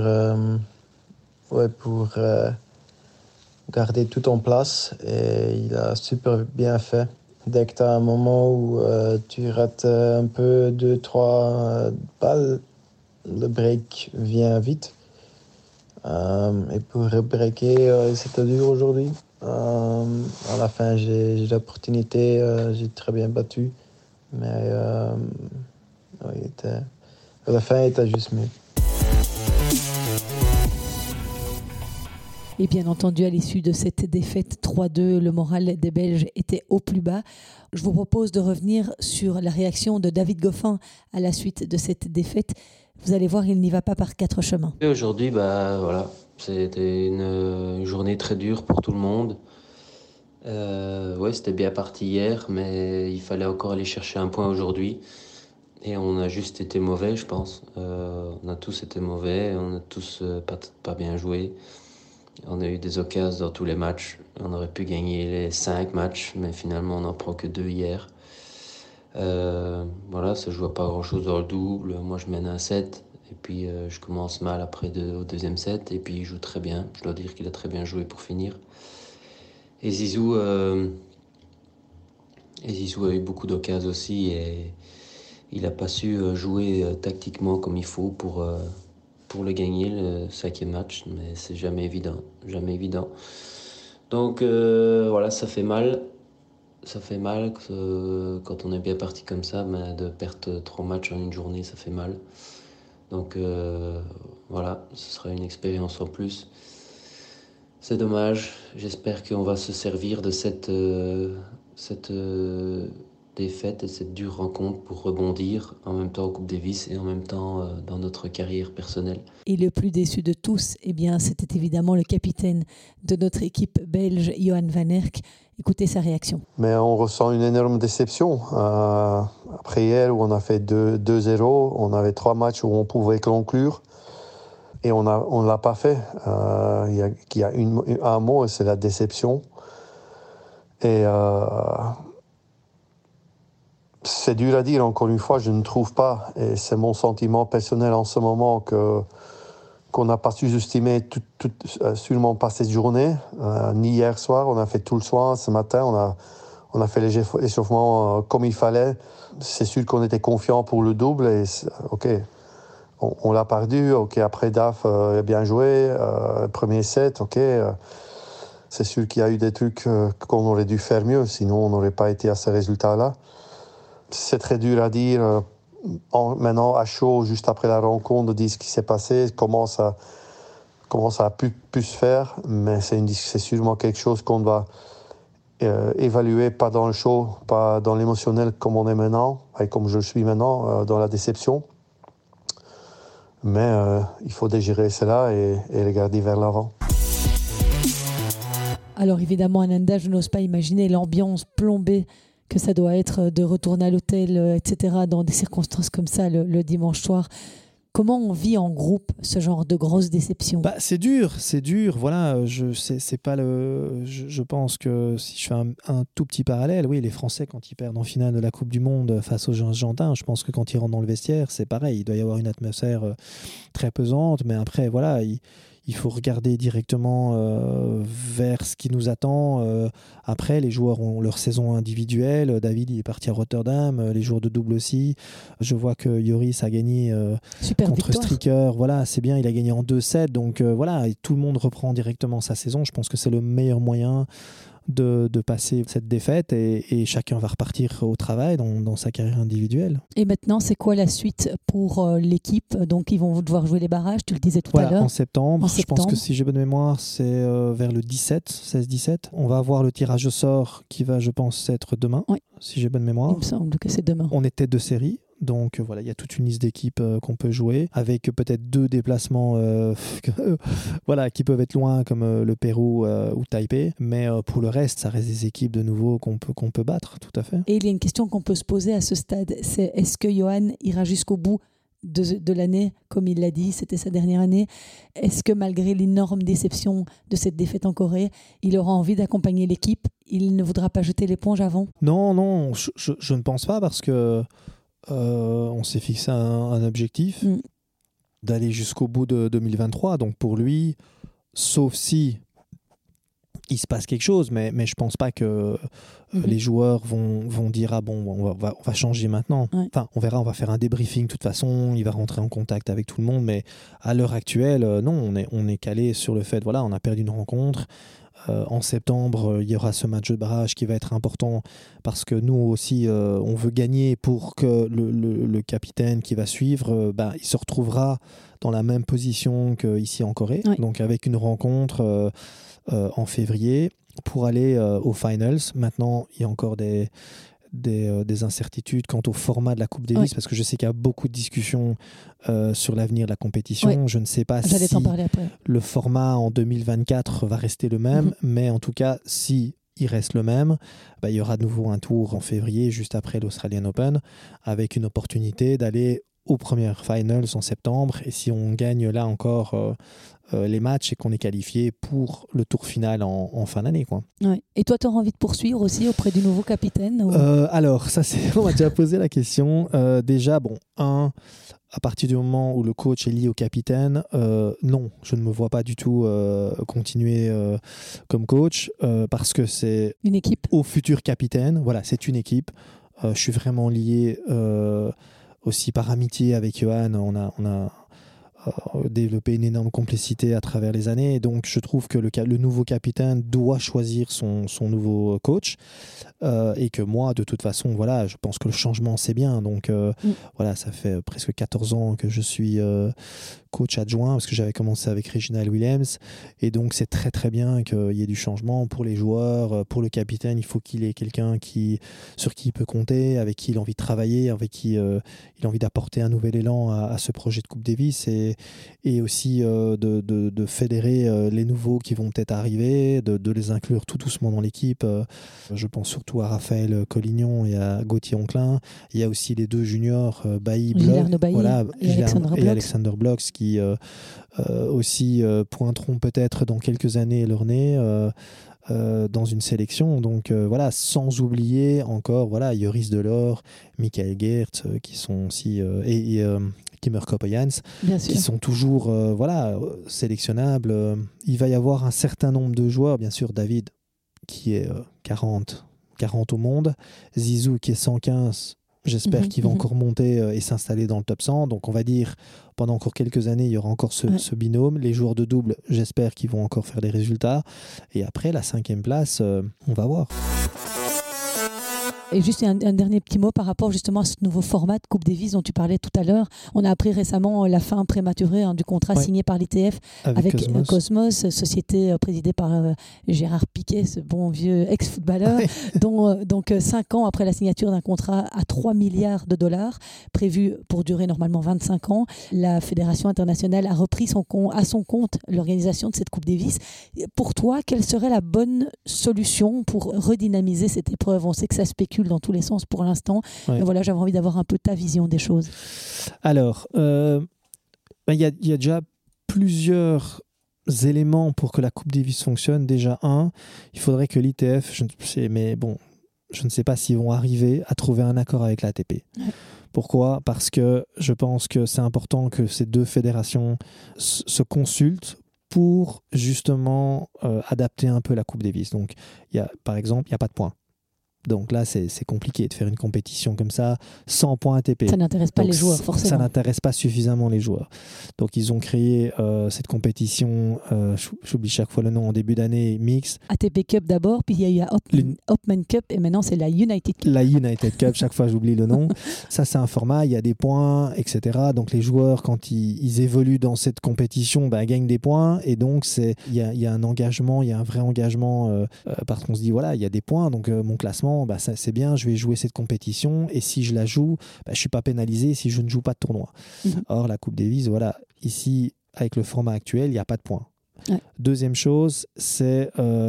pour garder tout en place. Et il a super bien fait. Dès que tu as un moment où tu rates un peu 2-3 balles, le break vient vite. Et pour breaker, c'était dur aujourd'hui. À la fin, j'ai l'opportunité, j'ai très bien battu. Mais à la fin, il était juste mieux. Et bien entendu, à l'issue de cette défaite 3-2, le moral des Belges était au plus bas. Je vous propose de revenir sur la réaction de David Goffin à la suite de cette défaite. Vous allez voir, il n'y va pas par 4 chemins. Et aujourd'hui, voilà, c'était une journée très dure pour tout le monde. C'était bien parti hier, mais il fallait encore aller chercher un point aujourd'hui. Et on a juste été mauvais, je pense. On a tous été mauvais, on a tous pas bien joué. On a eu des occasions dans tous les matchs. On aurait pu gagner les 5 matchs, mais finalement on n'en prend que 2 hier. Ça se joue pas grand-chose dans le double. Moi je mène un set, et puis je commence mal après au deuxième set, et puis il joue très bien. Je dois dire qu'il a très bien joué pour finir. Et Zizou a eu beaucoup d'occasions aussi, et il n'a pas su jouer tactiquement comme il faut pour le gagner, le 5e match, mais c'est jamais évident. Donc ça fait mal. Ça fait mal quand on est bien parti comme ça, mais de perdre 3 matchs en une journée, ça fait mal. Donc ce sera une expérience en plus. C'est dommage. J'espère qu'on va se servir de cette défaite et cette dure rencontre pour rebondir en même temps en Coupe Davis et en même temps dans notre carrière personnelle. Et le plus déçu de tous, eh bien, c'était évidemment le capitaine de notre équipe belge, Johan van Erck. Écoutez sa réaction. Mais on ressent une énorme déception. Après hier où on a fait 2-0, on avait 3 matchs où on pouvait conclure et on ne l'a pas fait. Il y a un mot, c'est la déception. Et c'est dur à dire, encore une fois, je ne trouve pas. Et c'est mon sentiment personnel en ce moment qu'on n'a pas sous-estimé sûrement pas cette journée, ni hier soir. On a fait tout le soir, ce matin, on a fait l'échauffement comme il fallait. C'est sûr qu'on était confiant pour le double. Et ok, on l'a perdu. Ok, après DAF, bien joué. Premier set, ok. C'est sûr qu'il y a eu des trucs qu'on aurait dû faire mieux, sinon on n'aurait pas été à ce résultat-là. C'est très dur à dire maintenant à chaud, juste après la rencontre, de dire ce qui s'est passé, comment ça a pu se faire, mais c'est sûrement quelque chose qu'on doit évaluer, pas dans le show, pas dans l'émotionnel comme on est maintenant, et comme je suis maintenant, dans la déception. Mais il faut digérer cela et regarder vers l'avant. Alors évidemment, Ananda, je n'ose pas imaginer l'ambiance plombée que ça doit être de retourner à l'hôtel, etc., dans des circonstances comme ça le dimanche soir. Comment on vit en groupe ce genre de grosse déception ? C'est dur. Voilà, je pense que si je fais un tout petit parallèle, oui, les Français, quand ils perdent en finale de la Coupe du Monde face aux Argentins, je pense que quand ils rentrent dans le vestiaire, c'est pareil. Il doit y avoir une atmosphère très pesante, mais après, voilà, il faut regarder directement vers ce qui nous attend. Après, les joueurs ont leur saison individuelle. David, il est parti à Rotterdam. Les joueurs de double aussi. Je vois que Joris a gagné contre Stricker. Voilà, c'est bien. Il a gagné en 2-7. Donc voilà, et tout le monde reprend directement sa saison. Je pense que c'est le meilleur moyen de passer cette défaite et chacun va repartir au travail dans sa carrière individuelle. Et maintenant, c'est quoi la suite pour l'équipe ? Donc, ils vont devoir jouer les barrages, tu le disais tout à l'heure. En septembre. Je pense que si j'ai bonne mémoire, c'est vers le 16-17. On va avoir le tirage au sort qui va, je pense, être demain, si j'ai bonne mémoire. Il me semble que c'est demain. On est tête de série. Donc voilà, il y a toute une liste d'équipes qu'on peut jouer, avec peut-être 2 déplacements qui peuvent être loin, comme le Pérou ou Taipei. Mais pour le reste, ça reste des équipes de nouveau qu'on peut battre, tout à fait. Et il y a une question qu'on peut se poser à ce stade, c'est est-ce que Johan ira jusqu'au bout de l'année, comme il l'a dit, c'était sa dernière année. Est-ce que malgré l'énorme déception de cette défaite en Corée, il aura envie d'accompagner l'équipe ? Il ne voudra pas jeter l'éponge avant ? Non, je ne pense pas, parce que on s'est fixé un objectif d'aller jusqu'au bout de 2023. Donc pour lui, sauf si il se passe quelque chose, mais je pense pas que les joueurs vont dire on va changer maintenant. Ouais. Enfin, on verra, on va faire un débriefing de toute façon, il va rentrer en contact avec tout le monde, mais à l'heure actuelle, non, on est calé sur le fait, voilà, on a perdu une rencontre. En septembre, il y aura ce match de barrage qui va être important, parce que nous aussi, on veut gagner pour que le capitaine qui va suivre, il se retrouvera dans la même position qu'ici en Corée, donc avec une rencontre en février pour aller aux finals. Maintenant, il y a encore des incertitudes quant au format de la Coupe Davis, parce que je sais qu'il y a beaucoup de discussions sur l'avenir de la compétition. Je ne sais pas si le format en 2024 va rester le même, mais en tout cas, si il reste le même, il y aura de nouveau un tour en février, juste après l'Australian Open, avec une opportunité d'aller aux premières finals en septembre. Et si on gagne là encore les matchs, et qu'on est qualifié pour le tour final en fin d'année, quoi. Ouais. Et toi, tu auras envie de poursuivre aussi auprès du nouveau capitaine ou... Alors, ça, on m'a déjà posé la question. Déjà, à partir du moment où le coach est lié au capitaine, non, je ne me vois pas du tout continuer comme coach, parce que c'est une équipe. Au futur capitaine. Voilà, c'est une équipe. Je suis vraiment lié aussi par amitié avec Johan. On a développé une énorme complicité à travers les années, et donc je trouve que le nouveau capitaine doit choisir son nouveau coach, et que moi, de toute façon, voilà, je pense que le changement, c'est bien. Donc voilà, ça fait presque 14 ans que je suis coach adjoint, parce que j'avais commencé avec Reginald Williams, et donc c'est très très bien qu'il y ait du changement pour les joueurs, pour le capitaine. Il faut qu'il ait quelqu'un sur qui il peut compter, avec qui il a envie de travailler, avec qui il a envie d'apporter un nouvel élan à ce projet de Coupe Davis, et aussi de fédérer les nouveaux qui vont peut-être arriver, de les inclure tout doucement dans l'équipe. Je pense surtout à Raphaël Collignon et à Gauthier Onclin. Il y a aussi les 2 juniors, Bailly, et Alexander Blocks, qui aussi pointeront peut-être dans quelques années leur nez dans une sélection. Donc voilà, sans oublier encore Joris Delors, Michael Geerts, qui sont aussi et Kimmer Kopoyans, qui sont toujours sélectionnables. Il va y avoir un certain nombre de joueurs, bien sûr David qui est 40 au monde, Zizou qui est 115. J'espère qu'il va encore monter et s'installer dans le top 100. Donc on va dire, pendant encore quelques années, il y aura encore ce binôme. Les joueurs de double, j'espère qu'ils vont encore faire des résultats. Et après, la 5e place, on va voir. Et juste un dernier petit mot par rapport justement à ce nouveau format de Coupe Davis dont tu parlais tout à l'heure. On a appris récemment la fin prématurée du contrat signé par l'ITF avec Cosmos, société présidée par Gérard Piquet, ce bon vieux ex-footballeur, dont donc 5 ans après la signature d'un contrat à 3 milliards de dollars, prévu pour durer normalement 25 ans, la Fédération internationale a repris à son compte l'organisation de cette Coupe Davis. Pour toi, quelle serait la bonne solution pour redynamiser cette épreuve? On sait que ça spécule dans tous les sens pour l'instant. Mais voilà, j'avais envie d'avoir un peu ta vision des choses. Alors, il y a déjà plusieurs éléments pour que la Coupe Davis fonctionne. Déjà, il faudrait que l'ITF, je ne sais pas s'ils vont arriver à trouver un accord avec l'ATP. Pourquoi ? Parce que je pense que c'est important que ces 2 fédérations se consultent pour justement adapter un peu la Coupe Davis. Donc, par exemple, il n'y a pas de points. Donc là, c'est compliqué de faire une compétition comme ça, sans points ATP. Ça n'intéresse pas les joueurs, forcément. Ça n'intéresse pas suffisamment les joueurs. Donc ils ont créé cette compétition, j'oublie chaque fois le nom, en début d'année, mix. ATP Cup d'abord, puis il y a eu Hopman Cup, et maintenant c'est la United Cup. La United Cup, chaque fois j'oublie le nom. Ça, c'est un format, il y a des points, etc. Donc les joueurs, quand ils évoluent dans cette compétition, gagnent des points. Et donc, il y a un engagement, il y a un vrai engagement, parce qu'on se dit, voilà, il y a des points, donc mon classement, c'est bien, je vais jouer cette compétition, et si je la joue, je ne suis pas pénalisé si je ne joue pas de tournoi. Or, la Coupe Davis, ici, avec le format actuel, il n'y a pas de points. Deuxième chose, c'est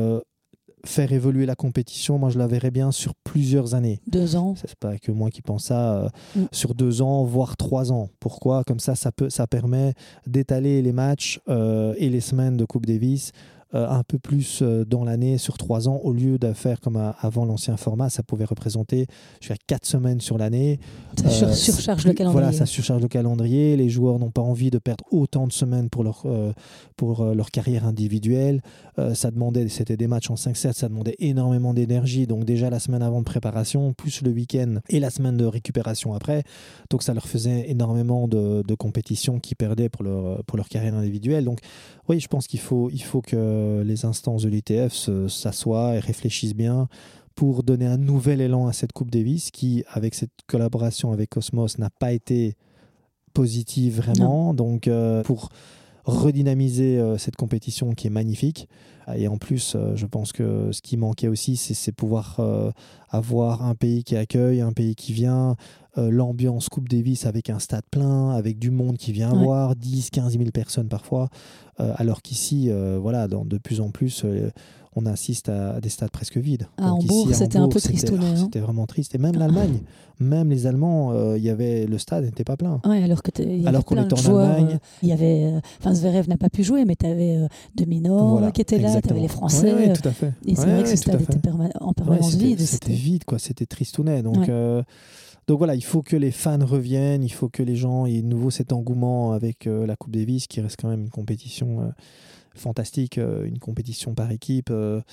faire évoluer la compétition. Moi, je la verrais bien sur plusieurs années. 2 ans. C'est pas que moi qui pense ça. Sur 2 ans, voire 3 ans. Pourquoi ? Comme ça permet d'étaler les matchs et les semaines de Coupe Davis un peu plus dans l'année, sur 3 ans, au lieu de faire comme avant l'ancien format, ça pouvait représenter 4 semaines sur l'année. Ça surcharge le calendrier. Voilà, ça surcharge le calendrier. Les joueurs n'ont pas envie de perdre autant de semaines pour leur carrière individuelle. C'était des matchs en 5-7, ça demandait énormément d'énergie. Donc déjà la semaine avant de préparation, plus le week-end et la semaine de récupération après. Donc ça leur faisait énormément de compétitions qu'ils perdaient pour leur carrière individuelle. Donc oui, je pense qu'il faut que les instances de l'ITF s'assoient et réfléchissent bien pour donner un nouvel élan à cette Coupe Davis qui, avec cette collaboration avec Cosmos, n'a pas été positive vraiment. Donc pour redynamiser cette compétition qui est magnifique. Et en plus, je pense que ce qui manquait aussi, c'est pouvoir avoir un pays qui accueille, un pays qui vient, l'ambiance Coupe Davis avec un stade plein, avec du monde qui vient voir, 10-15 000 personnes parfois, alors qu'ici, de plus en plus, on assiste à des stades presque vides. À Hambourg, c'était un peu tristounet. C'était vraiment triste. Et même l'Allemagne, même les Allemands, le stade n'était pas plein. Ouais, alors qu'on était en Allemagne. Il y avait, Zverev n'a pas pu jouer, mais tu avais Dominor qui était là, tu avais les Français. Oui, tout à fait. Et c'est vrai que ce stade était en permanence vide. C'était vide, quoi. C'était tristounet. Donc voilà, il faut que les fans reviennent, il faut que les gens aient de nouveau cet engouement avec la Coupe Davis, qui reste quand même une compétition fantastique, une compétition par équipe.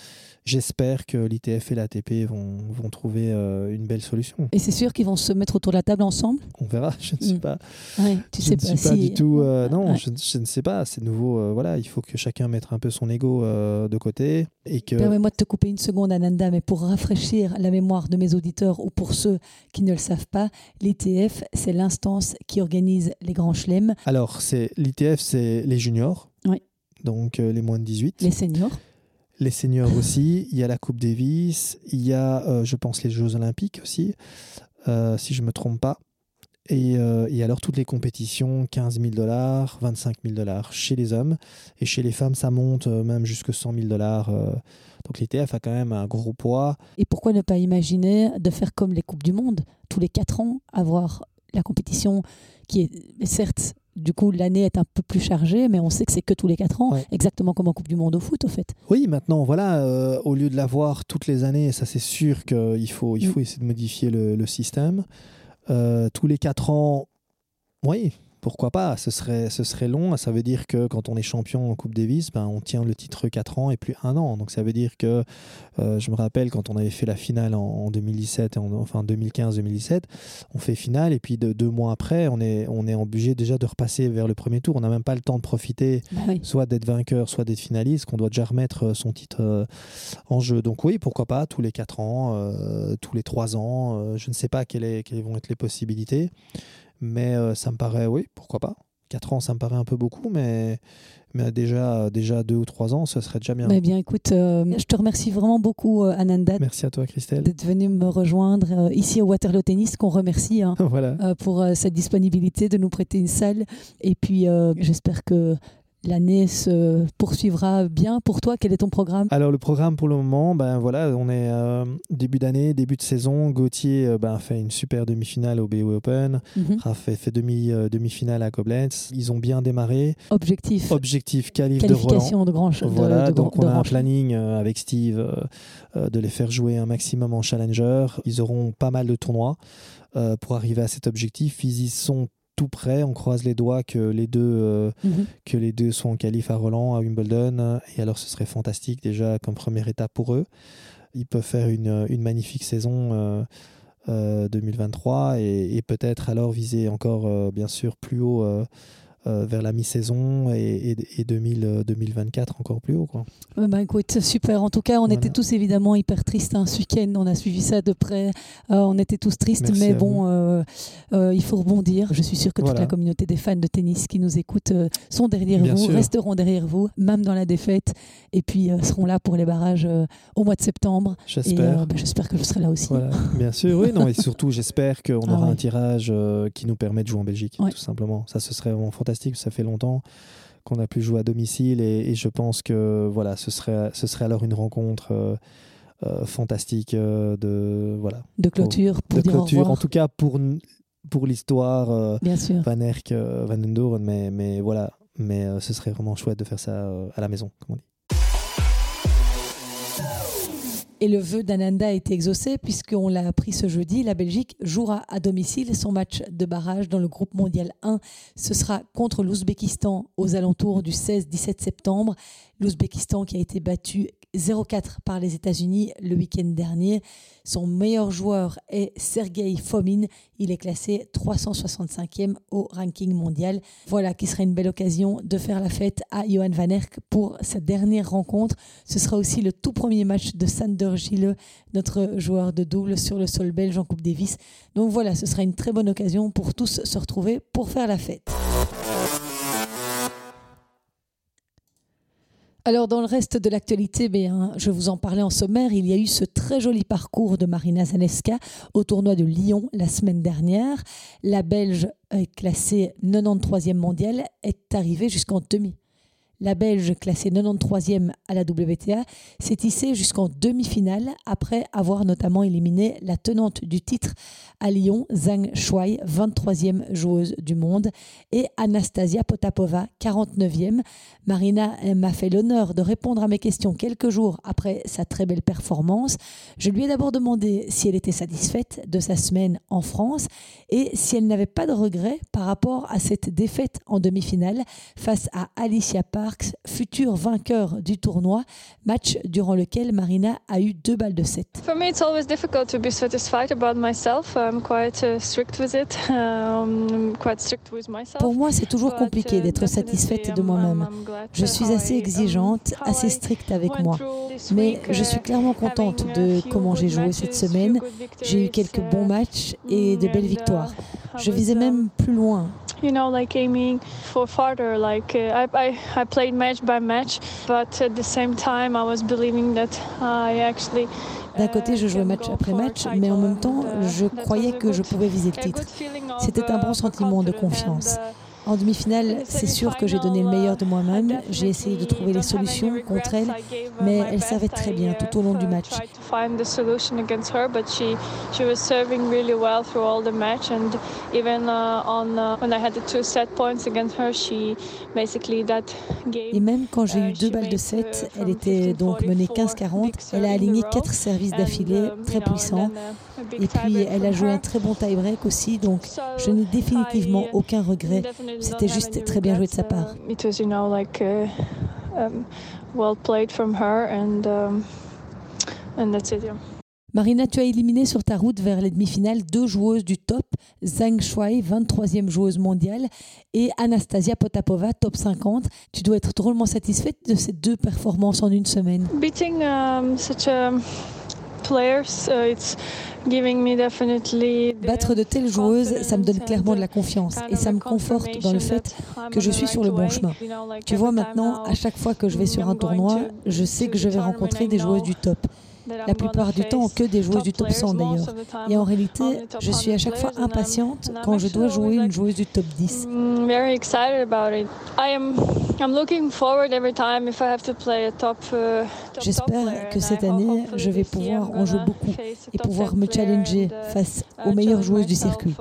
J'espère que l'ITF et l'ATP vont trouver une belle solution. Et c'est sûr qu'ils vont se mettre autour de la table ensemble? On verra, je ne sais pas. Ouais, je ne sais pas du tout. Non, je ne sais pas. C'est nouveau. Voilà, il faut que chacun mette un peu son ego de côté. Et que... Permets-moi de te couper une seconde, Ananda, mais pour rafraîchir la mémoire de mes auditeurs ou pour ceux qui ne le savent pas, l'ITF, c'est l'instance qui organise les grands chelems. Alors, l'ITF, c'est les juniors, oui. Donc les moins de 18. Les seniors. Les seniors aussi. Il y a la Coupe Davis. Il y a, je pense, les Jeux Olympiques aussi, si je ne me trompe pas. Et alors, toutes les compétitions, 15 000 $, 25 000 $ chez les hommes. Et chez les femmes, ça monte même jusqu'à 100 000 $. Donc l'ITF a quand même un gros poids. Et pourquoi ne pas imaginer de faire comme les Coupes du Monde, tous les 4 ans, avoir la compétition qui est, certes, du coup, l'année est un peu plus chargée, mais on sait que c'est que tous les 4 ans, exactement comme en Coupe du Monde au foot, au fait. Oui, maintenant, voilà, au lieu de l'avoir toutes les années, ça c'est sûr qu'il faut essayer de modifier le système. Tous les 4 ans, oui, pourquoi pas, ce serait long. Ça veut dire que quand on est champion en Coupe Davis, on tient le titre 4 ans et plus 1 an. Donc ça veut dire que, je me rappelle quand on avait fait la finale en 2017, enfin 2015-2017, on fait finale et puis 2 mois après, on est obligé déjà de repasser vers le premier tour. On n'a même pas le temps de profiter, soit d'être vainqueur, soit d'être finaliste, qu'on doit déjà remettre son titre en jeu. Donc oui, pourquoi pas, tous les 4 ans, tous les 3 ans, je ne sais pas quelles vont être les possibilités. Mais ça me paraît, oui, pourquoi pas. 4 ans, ça me paraît un peu beaucoup, mais déjà 2 ou 3 ans, ce serait déjà bien. Mais bien, écoute, je te remercie vraiment beaucoup, Ananda. Merci à toi, Christelle. D'être venue me rejoindre ici au Waterloo Tennis, qu'on remercie voilà. pour cette disponibilité de nous prêter une salle. Et puis, j'espère que l'année se poursuivra bien pour toi. Quel est ton programme? Alors le programme pour le moment, voilà, on est début d'année, début de saison. Gauthier fait une super demi-finale au BOE Open. Raph fait demi-finale à Koblenz. Ils ont bien démarré. Objectif qualification de grand Voilà, donc on a un planning avec Steve de les faire jouer un maximum en challenger. Ils auront pas mal de tournois pour arriver à cet objectif. Ils y sont tout près, on croise les doigts que les deux soient en qualif à Roland, à Wimbledon, et alors ce serait fantastique déjà comme première étape pour eux. Ils peuvent faire une magnifique saison 2023 et peut-être alors viser encore bien sûr plus haut vers la mi-saison et 2024 encore plus haut, quoi. Écoute, super. En tout cas, on était tous évidemment hyper tristes ce week-end. On a suivi ça de près. On était tous tristes. Merci, mais bon, il faut rebondir. Je suis sûre que toute la communauté des fans de tennis qui nous écoutent sont derrière vous, resteront derrière vous, même dans la défaite, et puis seront là pour les barrages au mois de septembre. J'espère. Et j'espère que je serai là aussi. Voilà. Bien sûr, oui. Non, et surtout, j'espère qu'on aura un tirage qui nous permet de jouer en Belgique, tout simplement. Ça, ce serait vraiment fantastique. Ça fait longtemps qu'on a pu jouer à domicile et je pense que voilà, ce serait alors une rencontre fantastique de clôture, pour dire au revoir. En tout cas pour l'histoire Van Erck, Van den Doorn, mais voilà, ce serait vraiment chouette de faire ça à la maison, comme on dit. Et le vœu d'Ananda a été exaucé puisqu'on l'a appris ce jeudi, la Belgique jouera à domicile son match de barrage dans le groupe mondial 1. Ce sera contre l'Ouzbékistan aux alentours du 16-17 septembre. L'Ouzbékistan qui a été battu 0-4 par les États-Unis le week-end dernier. Son meilleur joueur est Sergei Fomin. Il est classé 365e au ranking mondial. Voilà qui serait une belle occasion de faire la fête à Johan Van Erck pour sa dernière rencontre. Ce sera aussi le tout premier match de Sander Gille, notre joueur de double sur le sol belge en Coupe Davis. Donc voilà, ce sera une très bonne occasion pour tous se retrouver pour faire la fête. Alors dans le reste de l'actualité, je vous en parlais en sommaire, il y a eu ce très joli parcours de Marina Zaneska au tournoi de Lyon la semaine dernière. La Belge classée 93e mondiale est arrivée jusqu'en demi. La Belge, classée 93e à la WTA, s'est hissée jusqu'en demi-finale après avoir notamment éliminé la tenante du titre à Lyon, Zhang Shuai, 23e joueuse du monde, et Anastasia Potapova, 49e. Marina m'a fait l'honneur de répondre à mes questions quelques jours après sa très belle performance. Je lui ai d'abord demandé si elle était satisfaite de sa semaine en France et si elle n'avait pas de regrets par rapport à cette défaite en demi-finale face à Alicia Park Sparks, futur vainqueur du tournoi, match durant lequel Marina a eu 2 balles de 7. For me, it's always difficult to be satisfied about myself. I'm quite strict with it. Quite strict with myself. Pour moi, c'est toujours compliqué d'être satisfaite de moi-même. Je suis assez exigeante, assez stricte avec moi. Mais je suis clairement contente de comment j'ai joué cette semaine. J'ai eu quelques bons matchs et de belles victoires. Je visais même plus loin. You know, like aiming for farther. Like I played match by match, but at the same time, I was believing that I actually. D'un côté, je jouais match après match, mais en même temps, je croyais que je pouvais viser le titre. C'était un bon sentiment de confiance. En demi-finale, c'est sûr que j'ai donné le meilleur de moi-même. J'ai essayé de trouver les solutions contre elle, mais elle servait très bien tout au long du match. Et même quand j'ai eu 2 balles de 7, elle était donc menée 15-40. Elle a aligné 4 services d'affilée très puissants. Et puis, elle a joué un très bon tie-break aussi, donc je n'ai définitivement aucun regret. C'était juste très bien joué de sa part. It was, you know, like well played from her, and that's it. Yeah. Marina, tu as éliminé sur ta route vers les demi-finales 2 joueuses du top, Zhang Shuai, 23e joueuse mondiale, et Anastasia Potapova, top 50. Tu dois être drôlement satisfaite de ces 2 performances en une semaine. Beating such players, it's giving me definitely. Battre de telles joueuses, ça me donne clairement de la confiance et ça me conforte dans le fait que je suis sur le bon chemin. Tu vois, maintenant, à chaque fois que je vais sur un tournoi, je sais que je vais rencontrer des joueuses du top. La plupart du temps, que des joueuses du top 100 d'ailleurs. Et en réalité, je suis à chaque fois impatiente quand je dois jouer une joueuse du top 10. Very excited about it. I'm looking forward every time if I have to play a top. J'espère que cette année, je vais pouvoir en jouer beaucoup et pouvoir me challenger face aux meilleures joueuses du circuit.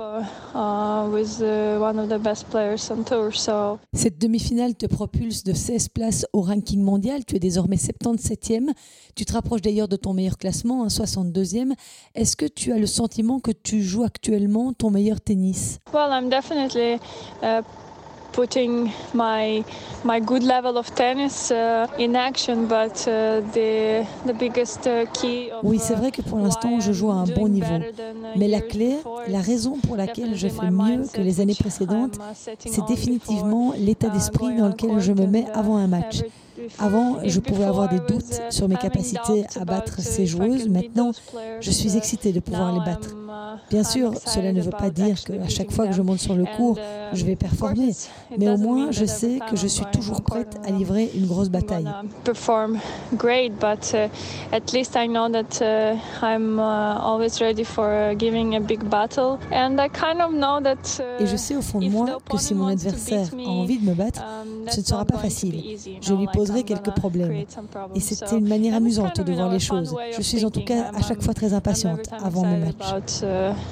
Cette demi-finale te propulse de 16 places au ranking mondial. Tu es désormais 77e. Tu te rapproches d'ailleurs de ton meilleur classement, 62e. Est-ce que tu as le sentiment que tu joues actuellement ton meilleur tennis? Well, I'm definitely putting my good level of tennis in action, but the biggest key of, oui, c'est vrai que pour l'instant, je joue à un bon niveau. Mais la clé, la raison pour laquelle je fais mieux que les années précédentes, c'est définitivement l'état d'esprit dans lequel je me mets avant un match. Avant, je pouvais avoir des doutes sur mes capacités à battre ces joueuses. Maintenant, je suis excitée de pouvoir les battre. Bien sûr, cela ne veut pas dire qu'à chaque fois que je monte sur le court, je vais performer. Mais au moins, je sais que je suis toujours prête à livrer une grosse bataille. Et je sais au fond de moi que si mon adversaire a envie de me battre, ce ne sera pas facile. Je lui poserai quelques problèmes. Et c'était une manière amusante de voir les choses. Je suis en tout cas à chaque fois très impatiente avant mes matchs.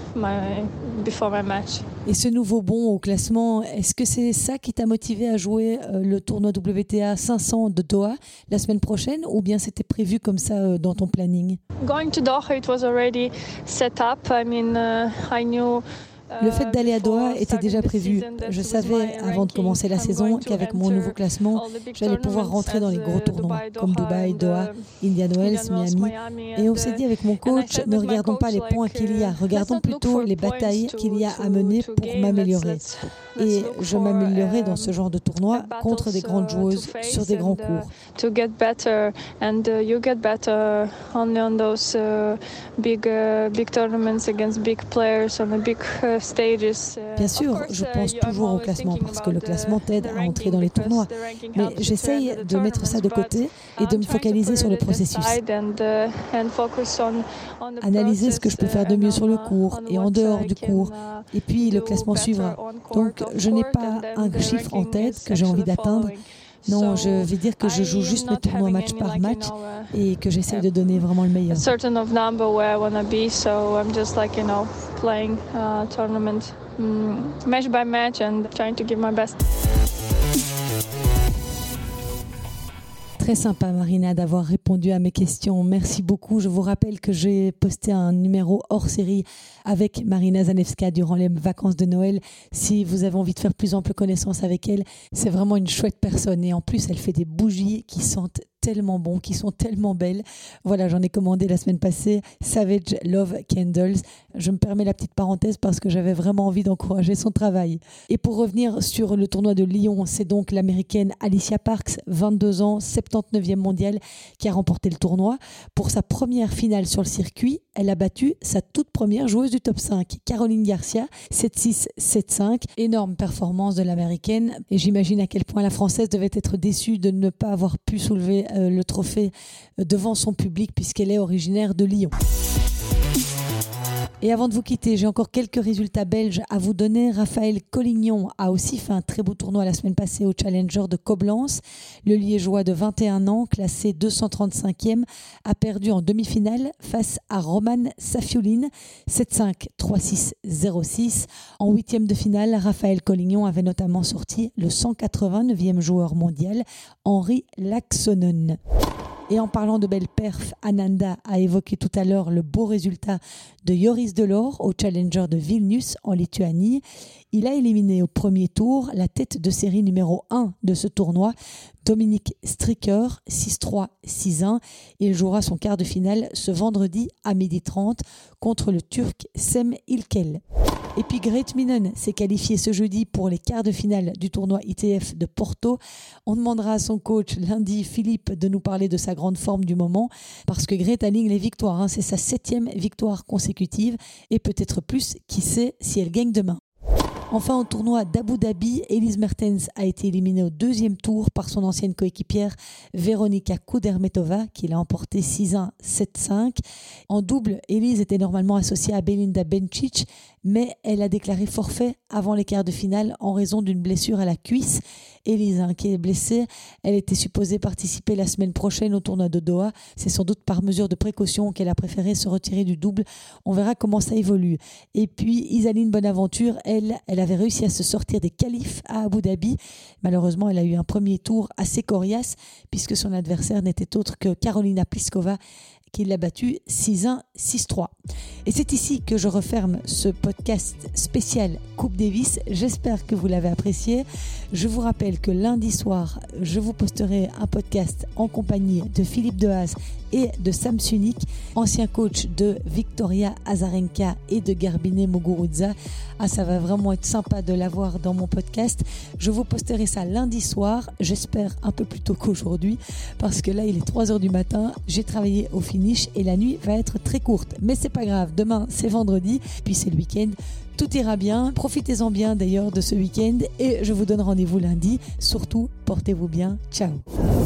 Et ce nouveau bond au classement, est-ce que c'est ça qui t'a motivé à jouer le tournoi WTA 500 de Doha la semaine prochaine, ou bien c'était prévu comme ça dans ton planning? Going to Doha, it was already set up. I mean, I knew. Le fait d'aller à Doha était déjà prévu. Je savais avant de commencer la saison qu'avec mon nouveau classement, j'allais pouvoir rentrer dans les gros tournois comme Dubaï, Doha, Indian Wells, Miami. Et on s'est dit avec mon coach, ne regardons pas les points qu'il y a, regardons plutôt les batailles qu'il y a à mener pour m'améliorer. Et je m'améliorerai dans ce genre de tournoi contre des grandes joueuses sur des grands cours. To get better, and you get better only on those big tournaments against big players on the big stages. Bien sûr, je pense toujours au classement parce que le classement t'aide à entrer dans les tournois. Mais j'essaye de mettre ça de côté et de me focaliser sur le processus. Analyser ce que je peux faire de mieux sur le cours et en dehors du cours. Et puis le classement suivra. Donc je n'ai pas un chiffre en tête que j'ai envie d'atteindre. Non, je vais dire que je joue juste mes tournois match par match et que j'essaie de donner vraiment le meilleur. Certain of number where I wanna be, so I'm just like, you know, playing tournament match by match and trying to give my best. Très sympa, Marina, d'avoir répondu répondu à mes questions. Merci beaucoup. Je vous rappelle que j'ai posté un numéro hors série avec Marina Zanevska durant les vacances de Noël. Si vous avez envie de faire plus ample connaissance avec elle, c'est vraiment une chouette personne. Et en plus, elle fait des bougies qui sentent tellement bon, qui sont tellement belles. Voilà, j'en ai commandé la semaine passée, Savage Love Candles. Je me permets la petite parenthèse parce que j'avais vraiment envie d'encourager son travail. Et pour revenir sur le tournoi de Lyon, c'est donc l'américaine Alicia Parks, 22 ans, 79e mondiale, qui a remporté le tournoi. Pour sa première finale sur le circuit, elle a battu sa toute première joueuse du top 5, Caroline Garcia, 7-6, 7-5. Énorme performance de l'américaine. Et j'imagine à quel point la française devait être déçue de ne pas avoir pu soulever le trophée devant son public puisqu'elle est originaire de Lyon. Et avant de vous quitter, j'ai encore quelques résultats belges à vous donner. Raphaël Collignon a aussi fait un très beau tournoi la semaine passée au Challenger de Koblenz. Le Liégeois de 21 ans, classé 235e, a perdu en demi-finale face à Roman Safiullin, 7-5, 3-6, 0-6. En huitième de finale, Raphaël Collignon avait notamment sorti le 189e joueur mondial, Henri Laaksonen. Et en parlant de belles perfs, Ananda a évoqué tout à l'heure le beau résultat de Joris Delors au Challenger de Vilnius en Lituanie. Il a éliminé au premier tour la tête de série numéro 1 de ce tournoi, Dominic Stricker, 6-3, 6-1. Il jouera son quart de finale ce vendredi à 12h30 contre le Turc Sem İlkel. Et puis Grete Minen s'est qualifiée ce jeudi pour les quarts de finale du tournoi ITF de Porto. On demandera à son coach lundi, Philippe, de nous parler de sa grande forme du moment parce que Grete aligne les victoires. C'est sa 7e victoire consécutive et peut-être plus, qui sait, si elle gagne demain. Enfin, au tournoi d'Abu Dhabi, Elise Mertens a été éliminée au deuxième tour par son ancienne coéquipière Veronika Kudermetova, qui l'a emporté 6-1, 7-5. En double, Elise était normalement associée à Belinda Bencic, mais elle a déclaré forfait avant les quarts de finale en raison d'une blessure à la cuisse. Elise, qui est blessée, elle était supposée participer la semaine prochaine au tournoi de Doha. C'est sans doute par mesure de précaution qu'elle a préféré se retirer du double. On verra comment ça évolue. Et puis Isaline Bonaventure, elle avait réussi à se sortir des qualifs à Abu Dhabi. Malheureusement, elle a eu un premier tour assez coriace puisque son adversaire n'était autre que Karolina Pliskova, qui l'a battu 6-1, 6-3. Et c'est ici que je referme ce podcast spécial Coupe Davis. J'espère que vous l'avez apprécié. Je vous rappelle que lundi soir, je vous posterai un podcast en compagnie de Philippe Dehaze et de Sam Sunik, ancien coach de Victoria Azarenka et de Garbine Muguruza. Ça va vraiment être sympa de l'avoir dans mon podcast. Je vous posterai ça lundi soir, j'espère un peu plus tôt qu'aujourd'hui, parce que là il est 3h du matin, j'ai travaillé au finish et la nuit va être très courte. Mais c'est pas grave, demain c'est vendredi, puis c'est le week-end. Tout ira bien, profitez-en bien d'ailleurs de ce week-end et je vous donne rendez-vous lundi. Surtout, portez-vous bien. Ciao.